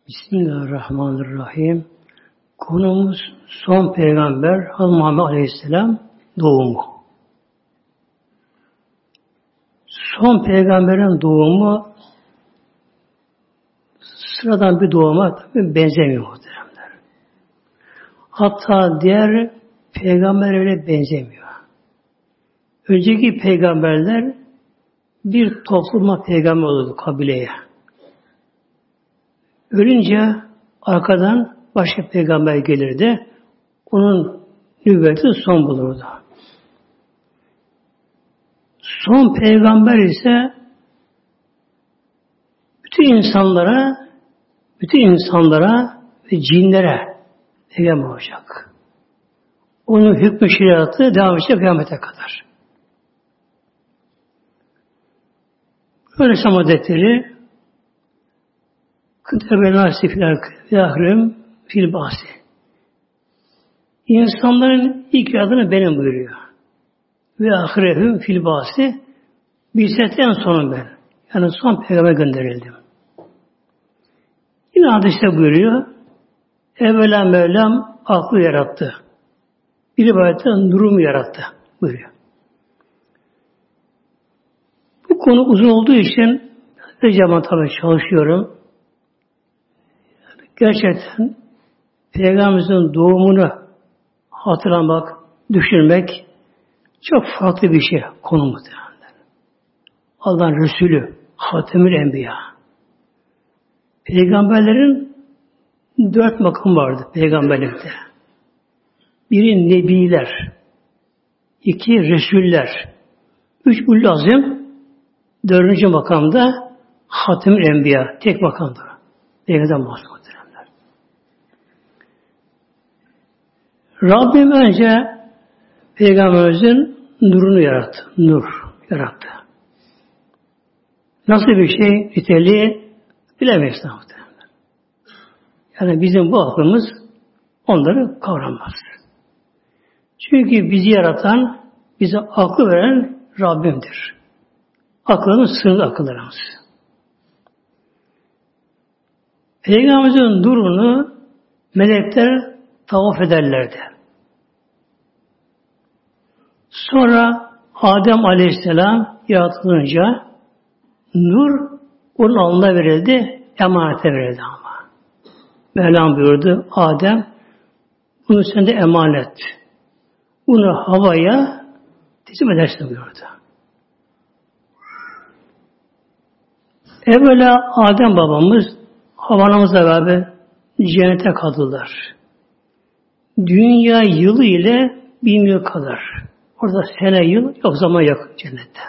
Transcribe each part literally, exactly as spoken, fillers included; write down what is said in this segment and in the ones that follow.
Bismillahirrahmanirrahim. Konumuz son peygamber Hazreti Muhammed Aleyhisselam doğumu. Son peygamberin doğumu sıradan bir doğuma tabii benzemiyor muhteremler. Hatta diğer peygamberlere benzemiyor. Önceki peygamberler bir topluma peygamber olurdu, kabileye. Ölünce arkadan başka peygamber gelirdi. Onun nübüvveti son bulurdu. Son peygamber ise bütün insanlara, bütün insanlara ve cinlere peygamber olacak. Onun hükmü şeriatı devam edecek kıyamete kadar. Böyle adetleri Kıtebe nasifler ve ahirem fil bahsi. İnsanların ilk adını benim buyuruyor. Ve ahirehüm fil bahsi. Bizzat en sonum ben. Yani son peygamber gönderildim. Yine hadiste buyuruyor. Evvela Mevlam aklı yarattı. Bir ibadette nurumu yarattı buyuruyor. Bu konu uzun olduğu için Recep'e tabii çalışıyorum. Gerçekten Peygamberimizin doğumunu hatırlamak, düşünmek çok farklı bir şey konumuz. Allah'ın Resulü, Hatemül Enbiya. Peygamberlerin dört makam vardı peygamberlikte. Biri Nebiler, iki Resuller, üç Ulul Azim, dördüncü makamda Hatemül Enbiya, tek makamdır. Peygamber'den bahsediyor. Rabbim önce Peygamberimizin nurunu yarattı. Nur yarattı. Nasıl bir şey niteliği bilemeyiz. Yani bizim bu aklımız onları kavramaz. Çünkü bizi yaratan, bize aklı veren Rabbimdir. Aklımız sınırlı akıllarımız. Peygamberimizin nurunu melekler tavaf ederlerdi. Sonra Adem Aleyhisselam yaratılınca nur onun alnına verildi, emanete verildi ama. Mevlam buyurdu, Adem bunu sende emanet. Bunu havaya teslim edersin buyurdu. Evvela Adem babamız Havanamızla beraber cennete kaldılar. Dünya yılı ile bin yıl kadar. Orada sene yıl yok, zaman yok cennette.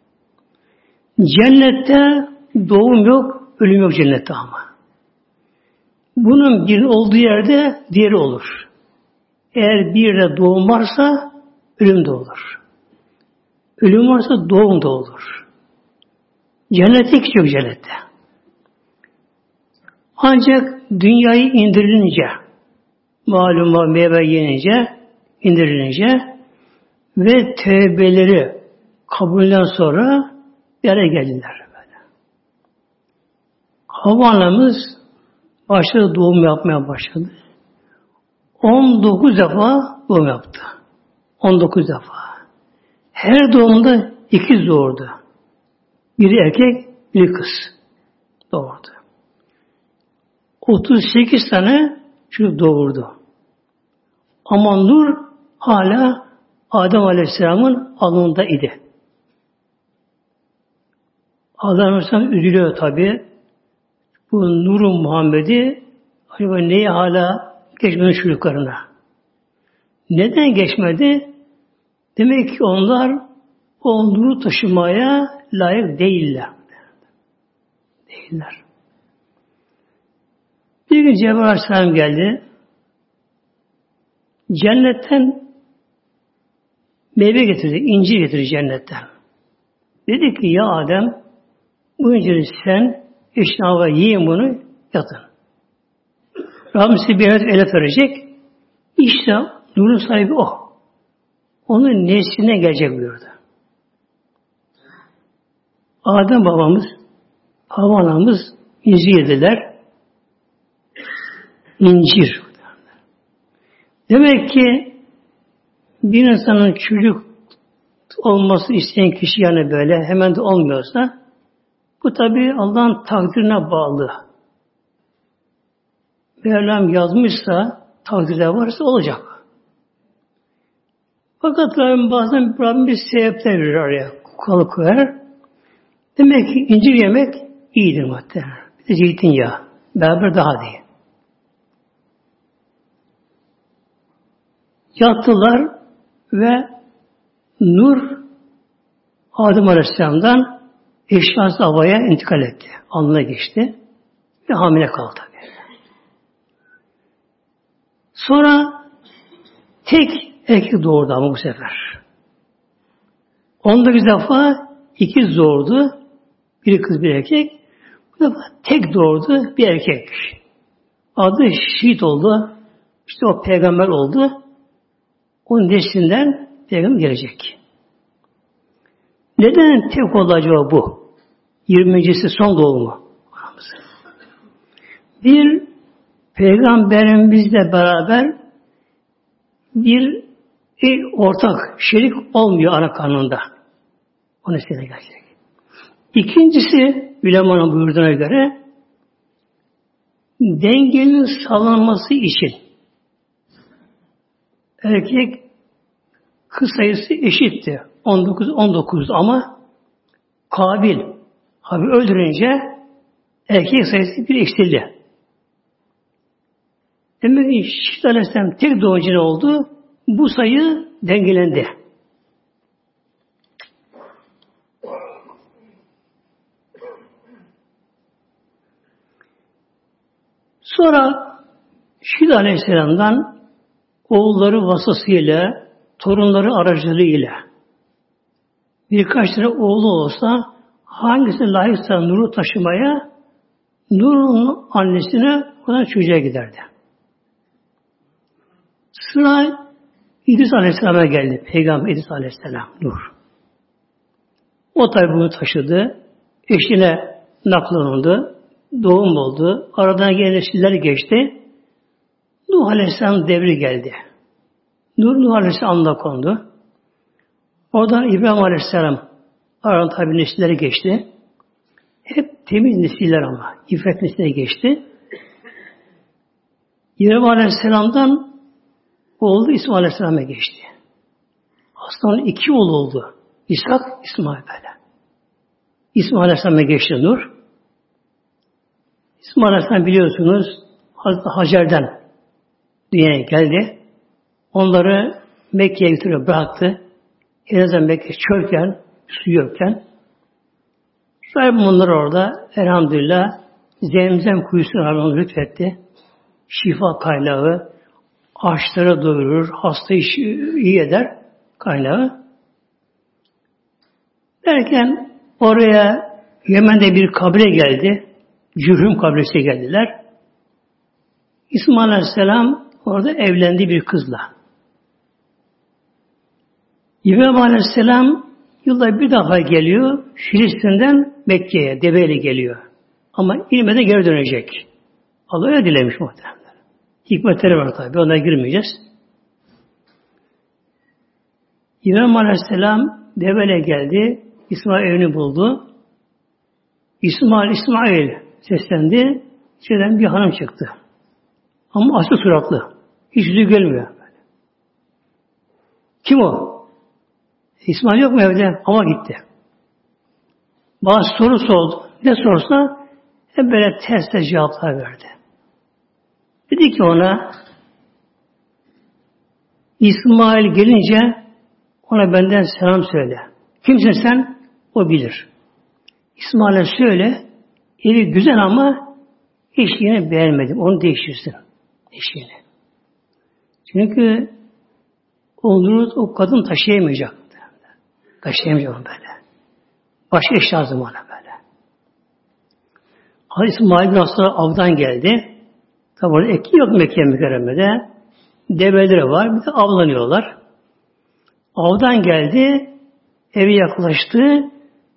Cennette doğum yok, ölüm yok cennette ama. Bunun bir olduğu yerde diğeri olur. Eğer bir yerde doğum varsa ölüm de olur. Ölüm varsa doğum da olur. Cennette hiç yok cennette. Ancak dünyayı indirilince, malum meyve yenince, indirilince ve tevbeleri kabulden sonra bir araya geldiler. Böyle. Havva anamız başladı doğum yapmaya başladı. on dokuz defa doğum yaptı. on dokuz defa. Her doğumda ikiz doğurdu. Biri erkek, biri kız doğurdu. otuz sekiz tane çocuk doğurdu. Ama nur hala Adem Aleyhisselam'ın alnında idi. Adem Aleyhisselam üzülüyor tabi. Bu nurun Muhammed'i acaba neyi hala geçmedi çocuklarına? Neden geçmedi? Demek ki onlar o nuru taşımaya layık değiller. Değiller. Bir gün Cebrail Aleyhisselam geldi. Cennetten meyve getirdi, incir getirdi cennetten. Dedi ki ya Adem, bu inciri sen eşine Havva yiyin bunu, yatın. Rabbim size bir elet verecek. İşte nurun sahibi o. Onun nesline gelecek buyurdu. Adem babamız, Havva anamız incir yediler. İncir. Demek ki bir insanın çocuk olması isteyen kişi yani böyle hemen de olmuyorsa bu tabi Allah'ın takdirine bağlı. Mevlam yazmışsa takdirde varsa olacak. Fakat Rabbim bazen Rabbim bir sebepler verir araya. Kalı koyar. Demek ki incir yemek iyidir muhtemelen. Bir de zeytinyağı. Beraber daha değil. Yattılar ve Nur Adem Aleyhisselam'dan eşyası havaya intikal etti. Alnına geçti. Ve hamile kaldı tabii. Sonra tek erkek doğurdu ama bu sefer. on dokuz defa ikiz doğurdu. Biri kız bir erkek. Bu defa tek doğurdu bir erkek. Adı Şehit oldu. İşte o peygamber oldu. Onun neslinden peygamber gelecek. Neden tek oldu acaba bu? yirmincisi son doğumu. Bir peygamberimizle beraber bir, bir ortak şerik olmuyor ana karnında. O nesline gelecek. İkincisi ulemanın buyurduğuna göre dengenin sağlanması için erkek kız sayısı eşitti. on dokuz on dokuz ama Kabil abi öldürünce erkek sayısı bir eksildi. Demek ki Şehit Aleyhisselam tek doğucu oldu. Bu sayı dengelendi. Sonra Şehit Aleyhisselam'dan oğulları vasıtasıyla, torunları aracılığıyla birkaç tane oğlu olsa hangisi layıksa nuru taşımaya Nur'un annesine oradan çocuğa giderdi. Sıra İdris Aleyhisselam'a geldi. Peygamber İdris Aleyhisselam Nur. O tabi bunu taşıdı. Eşine naklanıldı. Doğum oldu. Aradan gelen nesiller geçti. Nuh Aleyhisselam devri geldi. Nur Nuh Aleyhisselam'la kondu. Oradan İbrahim Aleyhisselam aradan tabi nesilleri geçti. Hep temiz nesiller ama. İffet nesilleri geçti. İbrahim Aleyhisselam'dan oğlu İsmail Aleyhisselam'a geçti. Aslında iki oğlu oldu. İshak, İsmail böyle. İsmail Aleyhisselam'a geçti Nur. İsmail Aleyhisselam biliyorsunuz Hazreti Hacer'den dünyaya geldi. Onları Mekke'ye götürüp bıraktı. Henüz Mekke çölken, su yokken. Rabbim onları orada elhamdülillah Zemzem kuyusuna onu lütfetti. Şifa kaynağı, açları doyurur, hastayı iyi eder kaynağı. Derken oraya Yemen'de bir kabile geldi. Cürhüm kabilesi geldiler. İsmail Aleyhisselam orada evlendi bir kızla. İbrahim Aleyhisselam yılda bir defa geliyor. Filistin'den Mekke'ye deveyle geliyor. Ama ilmeden geri dönecek. Allah öyle dilemiş muhtemelen. Hikmetleri var tabi. Ona girmeyeceğiz. İbrahim Aleyhisselam deveyle geldi. İsmail evini buldu. İsmail, İsmail seslendi. İçeriden bir hanım çıktı. Ama aslı suratlı. Hiç yüzü gülmüyor. Kim o? İsmail yok mu evde? Ama gitti. Bazı soru sordu. Ne sorsa hep böyle ters ters cevaplar verdi. Dedi ki ona İsmail gelince ona benden selam söyle. Kimsin sen? O bilir. İsmail'e söyle evi güzel ama eşliğini beğenmedim. Onu değiştirsin. Eşliğini. Çünkü onu o kadın taşıyamayacak. Taşıyamayacak onu böyle. Başka eş lazım ona böyle. Hazreti İsmail biraz sonra avdan geldi. Tabi orada eki yok Mekke mükerremede. Develeri var. Bir de avlanıyorlar. Avdan geldi. Eve yaklaştı.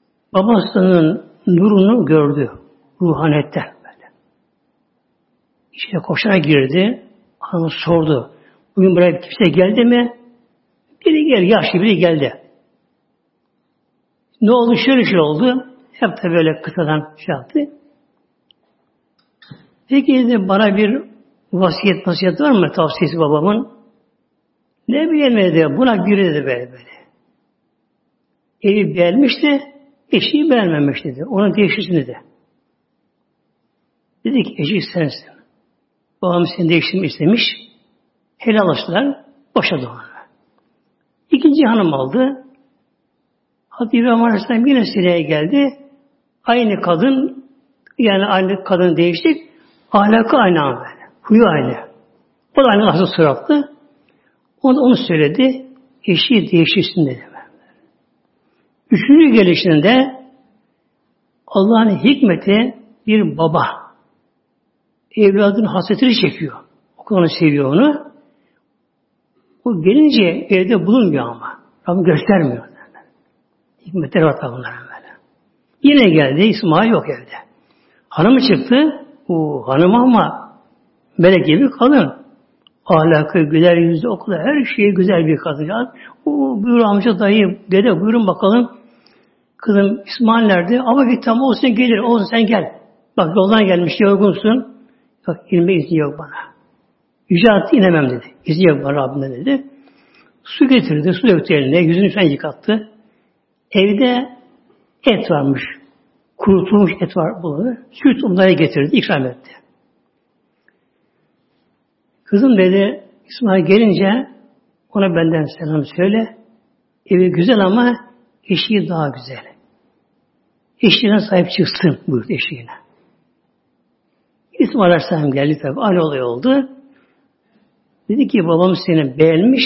Babasının nurunu gördü. Ruhanetten böyle. İçine koşarak girdi. Hanım sordu. Bugün buraya kimse geldi mi? Biri geldi. Yaşlı biri geldi. Ne oldu? Şöyle şey oldu. Hep de böyle kısadan şey yaptı. Peki dedi, bana bir vasiyet nasihat var mı? Tavsiyesi babamın. Ne bileyim dedi. Buna göre dedi böyle böyle. Evi beğenmişti. Eşiği beğenmemiş dedi. Onu değiştirsin dedi. Dedi ki eşi sensin. Babam seni değiştirmek istemiş. Helallaştılar. Boşadı onu. İkinci hanım aldı. Hazreti İbrahim Aleyhisselam yine sireye geldi. Aynı kadın, yani aynı kadın değiştik. Ahlakı aynı ama böyle. Huyu aynı. O da aynı nasıl suratlı. O da onu söyledi. Eşi değiştirsin dedi. Üçüncü gelişinde Allah'ın hikmeti bir baba evladının hasretini çekiyor. O kadar seviyor onu. O gelince evde bulunmuyor ama. Rabbim göstermiyor. Hikmetleri var tabi bunların böyle. Yine geldi. İsmail yok evde. Hanımı çıktı. O hanım ama melek gibi kadın. Ahlakı, güler yüzü, o kadar her şeyi güzel bir kadın. O buyur amca, dayı, dede buyurun bakalım. Kızım İsmail nerede? Ama git tamam olsun gelir. Olsun sen gel. Bak yoldan gelmiş yorgunsun. Bak inme izni yok bana. Yüce attı inemem dedi. İzni yok bana Rabbimden dedi. Su getirdi. Su döktü eline. Yüzünü falan yıkattı. Evde et varmış. Kurutulmuş et var bulunur. Süt onlara getirdi. İkram etti. Kızım dedi İsmail gelince ona benden selam söyle. Evi güzel ama eşiği daha güzel. Eşiğine sahip çıksın buyurdu eşiğine. İsmail Aleyhisselam geldi tabi. Aynı olay oldu. Dedi ki babam seni beğenmiş.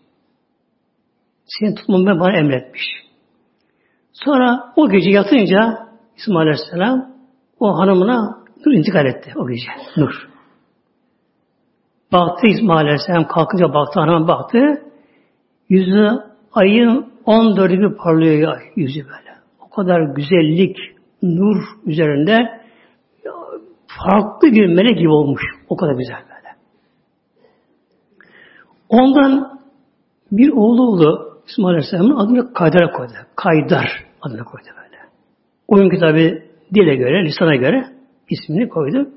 Seni tutmamı bana emretmiş. Sonra o gece yatınca İsmail Aleyhisselam o hanımına Nur intikal etti o gece. Nur. Baktı İsmail Aleyhisselam kalkınca baktı, hanıma baktı. Yüzü ayın on dördü gibi parlıyor yüzü böyle. O kadar güzellik, nur üzerinde farklı bir melek gibi olmuş. O kadar güzel böyle. Ondan bir oğlu oldu. İsmail Aleyhisselam'ın adını Kaydar'a koydu. Kaydar adını koydu böyle. Oyun kitabı dile göre, lisana göre ismini koydu.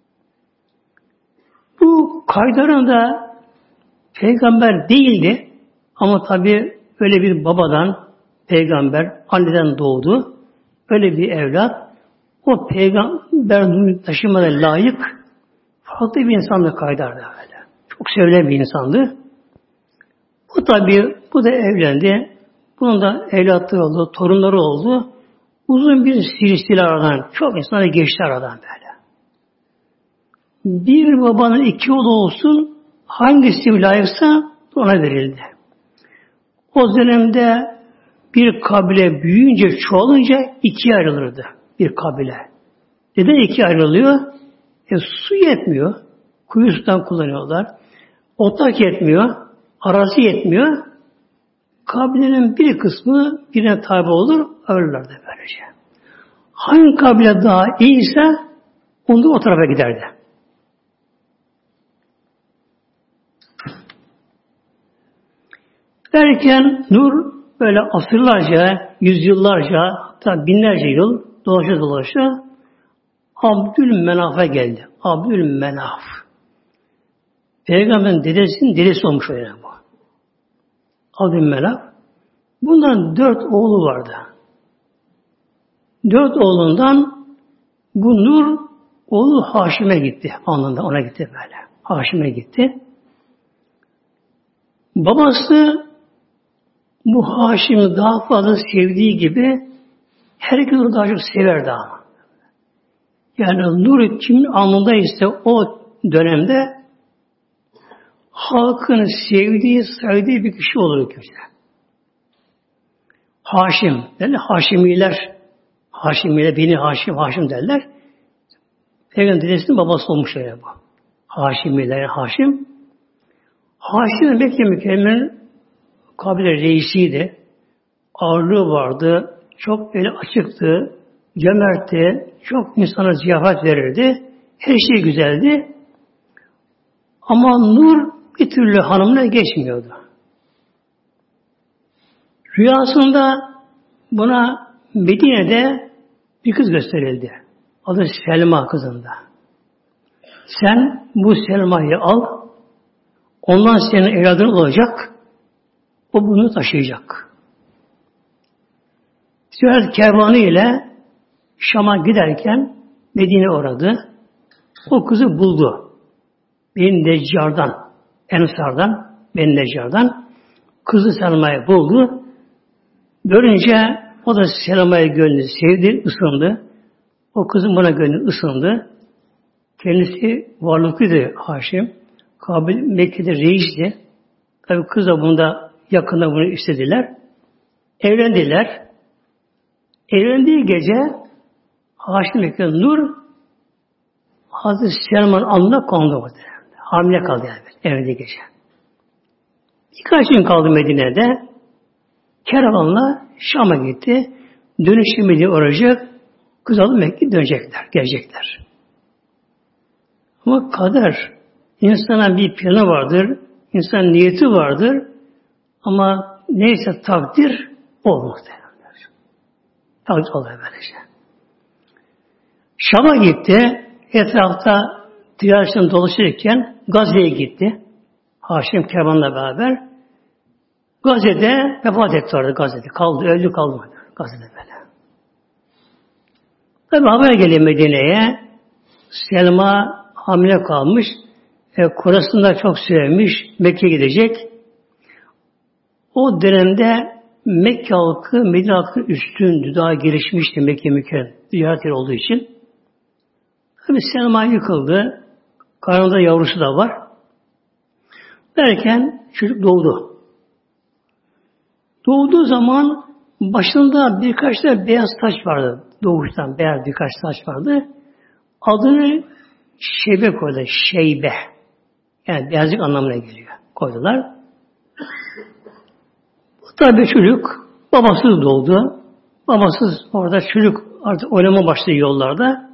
Bu Kaydar'ın da peygamber değildi. Ama tabi öyle bir babadan peygamber, anneden doğdu. Öyle bir evlat. O peygamber nurunu taşımada layık farklı bir insandı Kaydar'da öyle. Çok sevilen bir insandı. Bu tabi bu da evlendi. Bunun da evlatları oldu, torunları oldu. Uzun bir silsile aradan, çok insanlar geçti aradan böyle. Bir babanın iki oğlu olsun, hangisi layıksa ona verildi. O dönemde bir kabile büyüyünce, çoğalınca ikiye ayrılırdı bir kabile. Neden ikiye ayrılıyor? E, su yetmiyor. Kuyu sudan kullanıyorlar. Otak yetmiyor. Arazi yetmiyor. Kabilenin bir kısmı birine tabi olur, ölürlerdi böylece. Hangi kabile daha iyiyse onu da o tarafa giderdi. Derken Nur böyle asırlarca, yüzyıllarca, hatta binlerce yıl dolaşa dolaşa Abdülmenaf'a geldi. Abdülmenaf. Peygamberin dedesinin dedesi olmuş öyle bu. Abdülmenaf. Bundan dört oğlu vardı. Dört oğlundan bu Nur oğlu Haşim'e gitti. Anında ona gitti böyle. Haşim'e gitti. Babası bu Haşim'i daha fazla sevdiği gibi herkes onu daha çok severdi ama. Yani Nur kimin alnındaysa o dönemde halkın sevdiği, sevdiği bir kişi olur kimse. Haşim, derler. Haşimiler, Haşimiler, Beni Haşim, Haşim derler. Peygamber dedesinin babası olmuş öyle bu. Haşimiler, Haşim. Haşim Mekke mükerremenin kabile reisiydi. Ağırlığı vardı. Çok eli açıktı. Cömertti. Çok insana ziyafet verirdi. Her şey güzeldi. Ama nur bir türlü hanımına geçmiyordu. Rüyasında buna Medine'de bir kız gösterildi. Adı Selma kızında. Sen bu Selma'yı al, ondan senin evladın olacak, o bunu taşıyacak. Sürat kervanı ile Şam'a giderken Medine uğradı. O kızı buldu. Benim Neccar'dan, Ensar'dan, ben Neccar'dan kızı Selma'yı buldu. Görünce o da Selma'ya gönlü sevdi, ısındı. O kızın buna gönlü ısındı. Kendisi varlıklıydı Haşim. Kabil Mekke'de reisti. Tabi kız da bunda yakında bunu istediler. Evlendiler. Evlendiği gece Haşim Mekke'de Nur Hazreti Selman alnına kondu. Hamile kaldı yani evlendiği gece. Birkaç gün kaldı Medine'de. Kervanla Şam'a gitti. Dönüşü Medine olacak. Kız alıp Mekke'ye dönecekler, gelecekler. Ama kader, insanın bir planı vardır, insanın niyeti vardır ama neyse takdir olmaz. Takdir oluyor böylece. Şam'a gitti, etrafta ticaretten dolaşırken Gazze'ye gitti. Haşim kervanla beraber. Gazze'de vefat etti orada Gazze'de. Kaldı, öldü kalmadı. Gazze'de böyle. Tabi haber geliyor Medine'ye. Selma hamile kalmış. E, Kurasında çok sevmiş. Mekke'ye gidecek. O dönemde Mekke halkı, Medine halkı üstündü. Daha gelişmişti Mekke mükerrem. Ticaret yeri olduğu için. Tabi Selma yıkıldı. Karnında yavrusu da var. Derken çocuk doğdu. Doğduğu zaman başında birkaç da beyaz taş vardı. Doğuştan beyaz birkaç taş vardı. Adını Şeybe koydular. Şeybe. Yani beyazlık anlamına geliyor. Koydular. Bu tabi çocuk babasız doğdu. Babasız orada çocuk artık oynama başladı yollarda.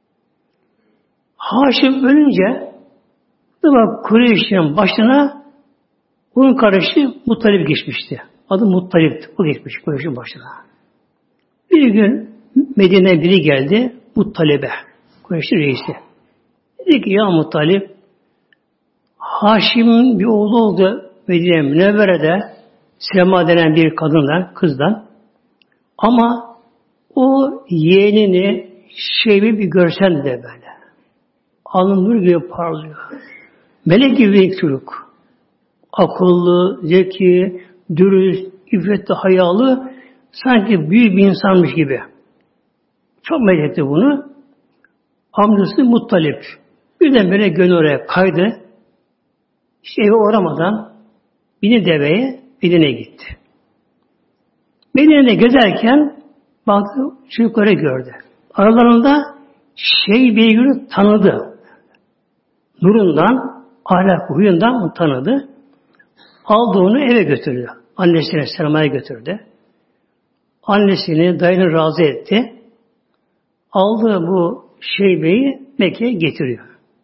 Haşim ölünce tabi Kureyş'in başına onun kardeşi Muttalip geçmişti. Adı Muttalip'ti. O geçmiş Kureyş'in başına. Bir gün Medine'ye biri geldi. Muttalip'e. Kureyş'in reisi. Dedi ki ya Muttalip Haşim'in bir oğlu oldu Medine Münevvere'de Selma denen bir kadından, kızdan. Ama o yeğenini Şeybi bir görsen de böyle. Alnı nur gibi parlıyor. Melek gibi bir çocuk. Akıllı, zeki, dürüst, iffetli, hayalı, sanki büyük bir insanmış gibi. Çok methetti bunu. Amcası Muttalip. Birdenbire gönül oraya kaydı. İşte eve uğramadan bini deveye Medine'ye gitti. Medine'de gezerken baktı, çocukları gördü. Aralarında Şeybe'yi tanıdı. Nurundan, ahlak huyundan tanıdı. Aldı onu eve götürdü. Annesine Selma'ya götürdü. Annesini, dayını razı etti. Aldı bu Şeybe'yi Mekke'ye getiriyor.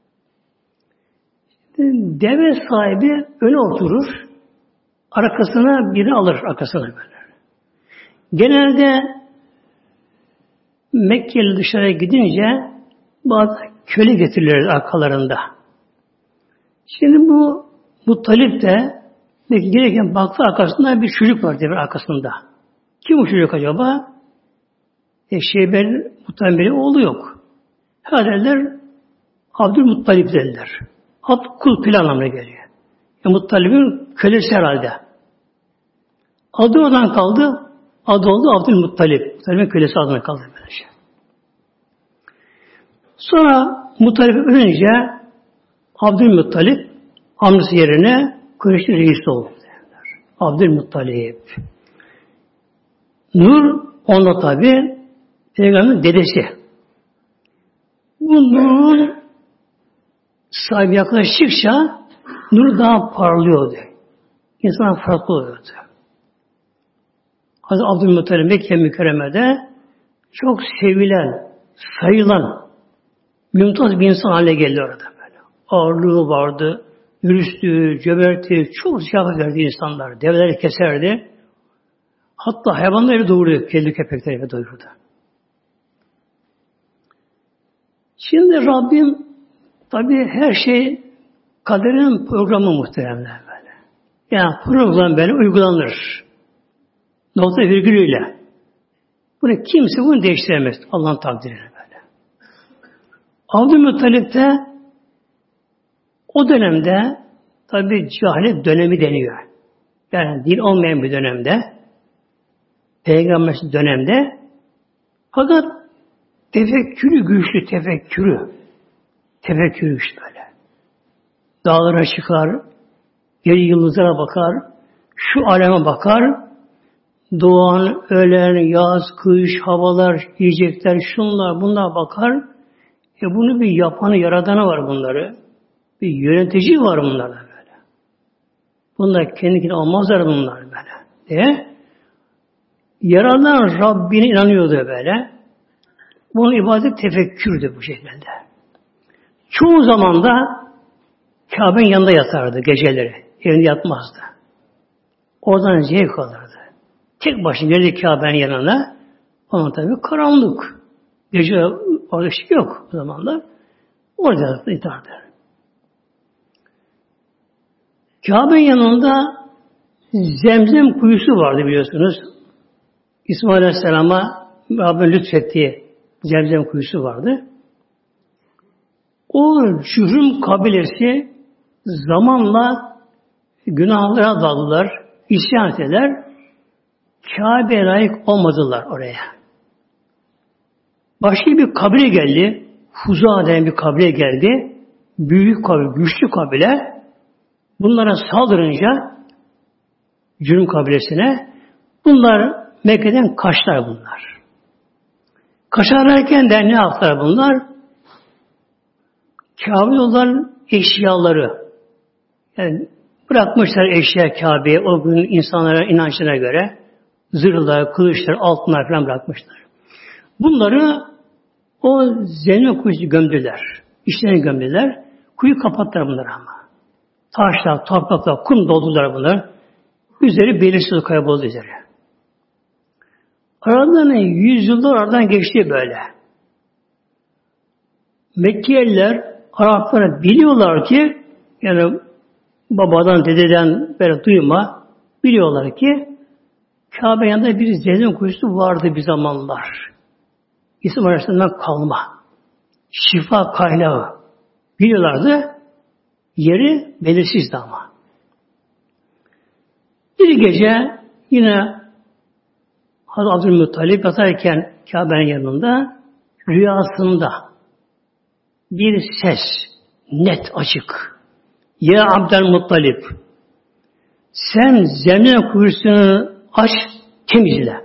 Deve sahibi öne oturur. Arkasına biri alır arkasına böyle. Genelde Mekkeli dışarıya gidince bazı köle getirilir arkalarında. Şimdi bu Muttalip de Mekke gelirken baktı arkasında bir çocuk var devir arkasında. Kim bu çocuk acaba? E Şeybe'nin Muttalip'in oğlu yok. Ha derler Abdülmuttalip derler. Ad kul kule anlamına geliyor. E, Muttalip'in kölesi herhalde. Adı oradan kaldı. Adı oldu Abdülmuttalip. Muttalip'in kölesi adına kaldı böylece. Sonra Muttalip ölünce Abdülmuttalip amcası yerine Kureyş'in reisi oldu. Abdülmuttalip. Nur onda tabi Peygamber'in dedesi. Bu nurun sahibi yaklaştıkça nur daha parlıyordu. İnsan farklı oluyordu. Hazreti Abdülmuttalip Mekke mükerremede çok sevilen, sayılan mümtaz bir insan haline geldi orada böyle. Ağırlığı vardı, dürüstlüğü, cömertliği çok ziyafet verdi insanlar. Develeri keserdi. Hatta hayvanları doğurdu. Kedi köpekleri doyurdu. Şimdi Rabbim tabi her şey kaderin programı muhteremler böyle. Yani program böyle uygulanır. Nokta virgülüyle. Bunu kimse bunu değiştiremez. Allah'ın takdiri böyle. Abdülmuttalip de o dönemde tabi cehalet dönemi deniyor. Yani din olmayan bir dönemde, peygambersiz dönemde, fakat tefekkürü güçlü, tefekkürü. Tefekkürü güçlü böyle. Dağlara çıkar, yeri yıldızlara bakar, şu aleme bakar, doğan, ölen, yaz, kış, havalar, yiyecekler, şunlar, bunlar bakar. E bunu bir yapanı, yaradanı var bunları. Bir yönetici var bunlarda böyle. Bunlar kendini almazlar bunlar böyle. Diye. Yaradan Rabbine inanıyordu böyle. Bunun ibadet tefekkürdü bu şekilde. Çoğu zaman da Kabe'nin yanında yatardı geceleri. Evinde yatmazdı. Oradan zevk alırdı. Tek başına geldi Kabe'nin yanına. Ama tabii karanlık. Gece orada ışık yok o zamanlar. Orada yatardı. Kabe'nin yanında Zemzem kuyusu vardı biliyorsunuz. İsmail Aleyhisselam'a Rabbim lütfettiği Zemzem kuyusu vardı. O Cürhüm kabilesi zamanla günahlara daldılar, isyan ettiler. Kabe'ye layık olmadılar oraya. Başka bir kabile geldi. Huza denen bir kabile geldi. Büyük kabile, güçlü kabile. Bunlara saldırınca Cürhüm kabilesine bunlar Mekke'den kaçtılar bunlar. Kaçarlarken de ne yaptılar bunlar? Kabe'de olan eşyaları yani bırakmışlar eşya Kabe'ye o gün insanlara inançlarına göre zırhlar, kılıçlar, altınlar falan bırakmışlar. Bunları o Zemzem kuyusu gömdüler. İçlerine gömdüler. Kuyu kapattılar bunları ama. Taşlar, topraklar, kum doldular bunlar. Üzeri belirsiz kayboldu üzeri. Aradan yüzyıllar aradan geçti böyle. Mekkeliler, Araplar biliyorlar ki yani babadan, dededen böyle duyma biliyorlar ki Kabe yanında bir Zemzem kuyusu vardı bir zamanlar. İslam arasından kalma. Şifa kaynağı. Biliyorlardı. Yeri belirsizdi ama. Bir gece yine Hazreti Abdülmuttalip yatarken Kabe'nin yanında rüyasında bir ses net açık. Ya Abdülmuttalip sen Zemzem kuyusunu aç temizle.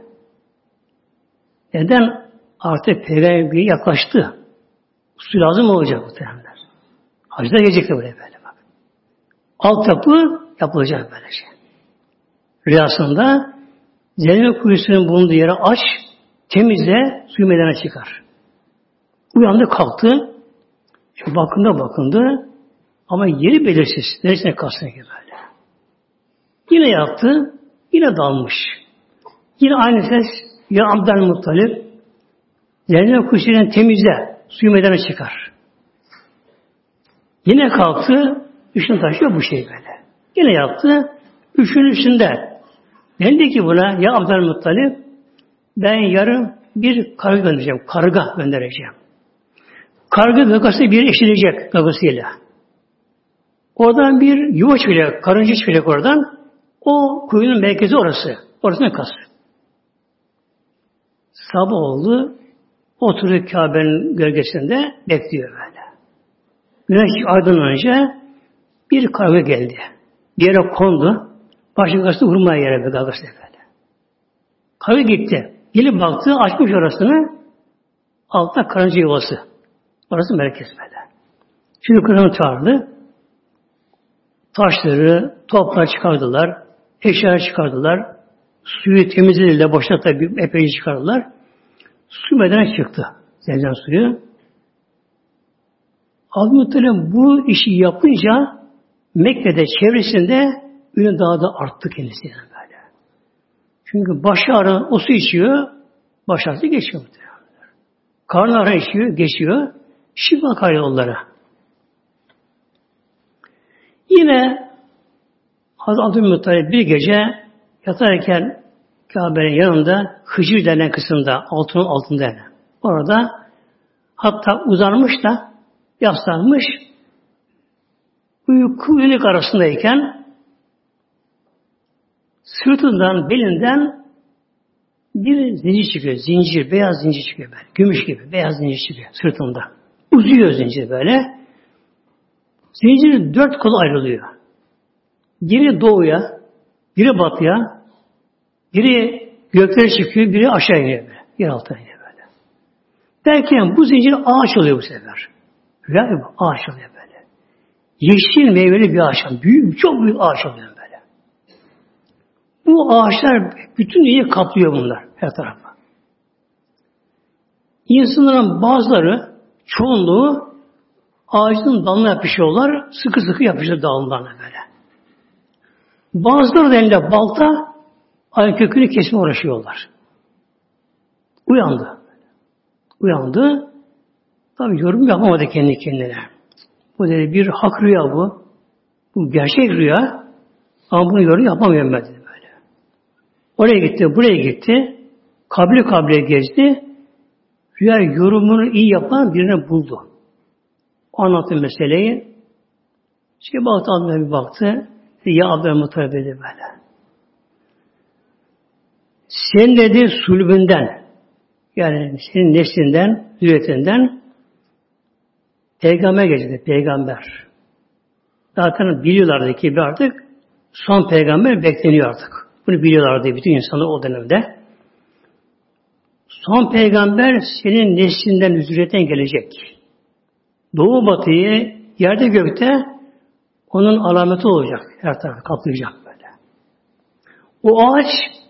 Neden? Artık peygamber yaklaştı. Su lazım olacak bu muhtemelenler. Hacda gelecekti böyle böyle bak. Altyapı yapılacak böylece. Rüyasında Zemzem kuyusunun bulunduğu yere aç, temizle, suyu meydana çıkar. Uyandı, kalktı. Şu bakındı bakındı. Ama yeri belirsiz. Neresine kalsın gibi böyle. Yine yattı. Yine dalmış. Yine aynı ses. Ya Abdülmuttalip Zemzem kuyusunun temizle, suyu meydana çıkar. Yine kalktı. Üçün taşıyor bu şey böyle. Yine yaptı. Üçün üstünde. Dendi ki buna ya Abdülmuttalip ben yarın bir karga göndereceğim. Karga göndereceğim. Karga gagası bir eşilecek gagasıyla. Oradan bir yuva çıkacak. Karınca çıkacak oradan. O kuyunun merkezi orası. Orasına kas. Sabah oldu. Oturuyor Kabe'nin gölgesinde bekliyor böyle. Güneş aydınlanınca bir karga geldi. Bir yere kondu. Başka gagası vurmaya yere bir gagası böyle. Karga gitti. Gelip baktı, açmış orasını. Altta karınca yuvası. Orası merkez böyle. Çocuklarını çağırdı. Taşları, toprağı çıkardılar. Eşyaları çıkardılar. Suyu temizlediler. Boşta tabi epey çıkardılar. Su meydana çıktı. Zemzem suyu. Abdülmuttalip bu işi yapınca Mekke'de çevresinde ünü daha da arttı kendisine böyle. Çünkü başı ağrı o su içiyor, baş ağrısı geçiyor. Karnı ağrı içiyor, geçiyor. Şifa kayıyor onlara. Yine Hazreti Abdülmuttalip bir gece yatarken Kabe'nin yanında Hıcır denen kısımda, altının altında yani. Orada hatta uzanmış da yaslanmış, uyku uyanık arasındayken sırtından, belinden bir zincir çıkıyor. Zincir, beyaz zincir çıkıyor böyle. Gümüş gibi beyaz zincir çıkıyor sırtında. Uzuyor zincir böyle. Zincir dört kola ayrılıyor. Biri doğuya, biri batıya, biri göklere çıkıyor, biri aşağı iniyor böyle. Yer altına iniyor böyle. Derken bu zincir ağaç oluyor bu sefer. Rüya bu ağaç oluyor böyle. Yeşil meyveli bir ağaç. Büyük, çok büyük ağaç oluyor böyle. Bu ağaçlar bütün dünyayı kaplıyor bunlar her tarafa. İnsanların bazıları, çoğunluğu ağacın dalına yapışıyorlar, sıkı sıkı yapışıyor dallarına böyle. Bazıları da elinde balta, ayın kökünü kesmeye uğraşıyorlar. Uyandı. Uyandı. Tabii yorum yapamadı kendi kendine. Bu dedi bir hak rüya bu. Bu gerçek rüya. Ama bunu yorum yapamıyorum ben dedi böyle. Oraya gitti, buraya gitti. Kabile kabile gezdi. Rüya yorumunu iyi yapan birini buldu. O anlattı meseleyi. Şey baktı, adına bir baktı. Ya Abdülmuttalip dedi böyle. Sen dedi sulbünden, yani senin neslinden, zürriyetinden peygamber gelecek, peygamber. Zaten biliyorlardı ki artık son peygamber bekleniyor artık. Bunu biliyorlardı bütün insanlar o dönemde. Son peygamber senin neslinden, zürriyetten gelecek. Doğu batıyı, yerde gökte onun alameti olacak. Her tarafı kaplayacak böyle. O ağaç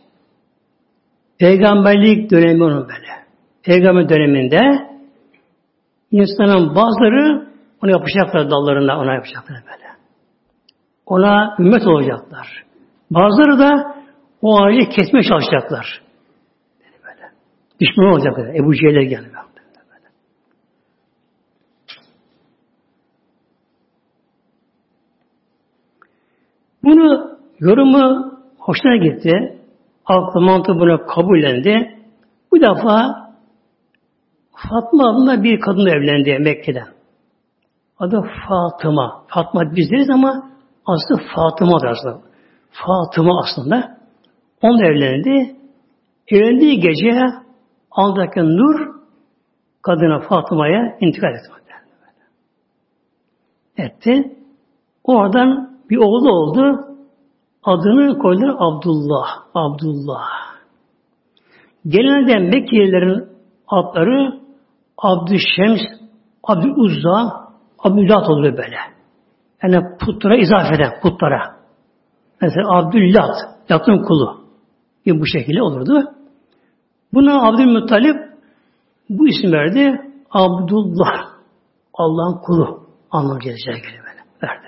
peygamberlik dönemi onun böyle. Peygamber döneminde insanın bazıları ona yapacaklar dallarında, ona yapacaklar böyle. Ona ümmet olacaklar. Bazıları da o ağacı kesmeye çalışacaklar. Böyle. Düşman olacaklar. Ebu Cehil'e geldi. Böyle. Bunu yorumu hoşuna gitti. Aklı mantığı buna kabullendi. Bu defa Fatma adında bir kadınla evlendi Mekke'den. Adı Fatıma. Fatma biz deriz ama aslında Fatıma'dır aslında. Fatıma aslında. Onunla evlendi. Evlendiği gece aldaki nur kadına Fatıma'ya intikal etti. Etti. Oradan bir oğlu oldu. Adını koydular Abdullah. Abdullah. Genelde Mekkelilerin adları Abdüşşems, Abdüluzza, Abdüllat oluyor böyle. Yani putlara izafe eden, putlara. Mesela Abdüllat, Lat'ın kulu. Yani bu şekilde olurdu. Buna Abdülmuttalip bu isim verdi. Abdullah. Allah'ın kulu. Anlamı gelecek böyle. Verdi.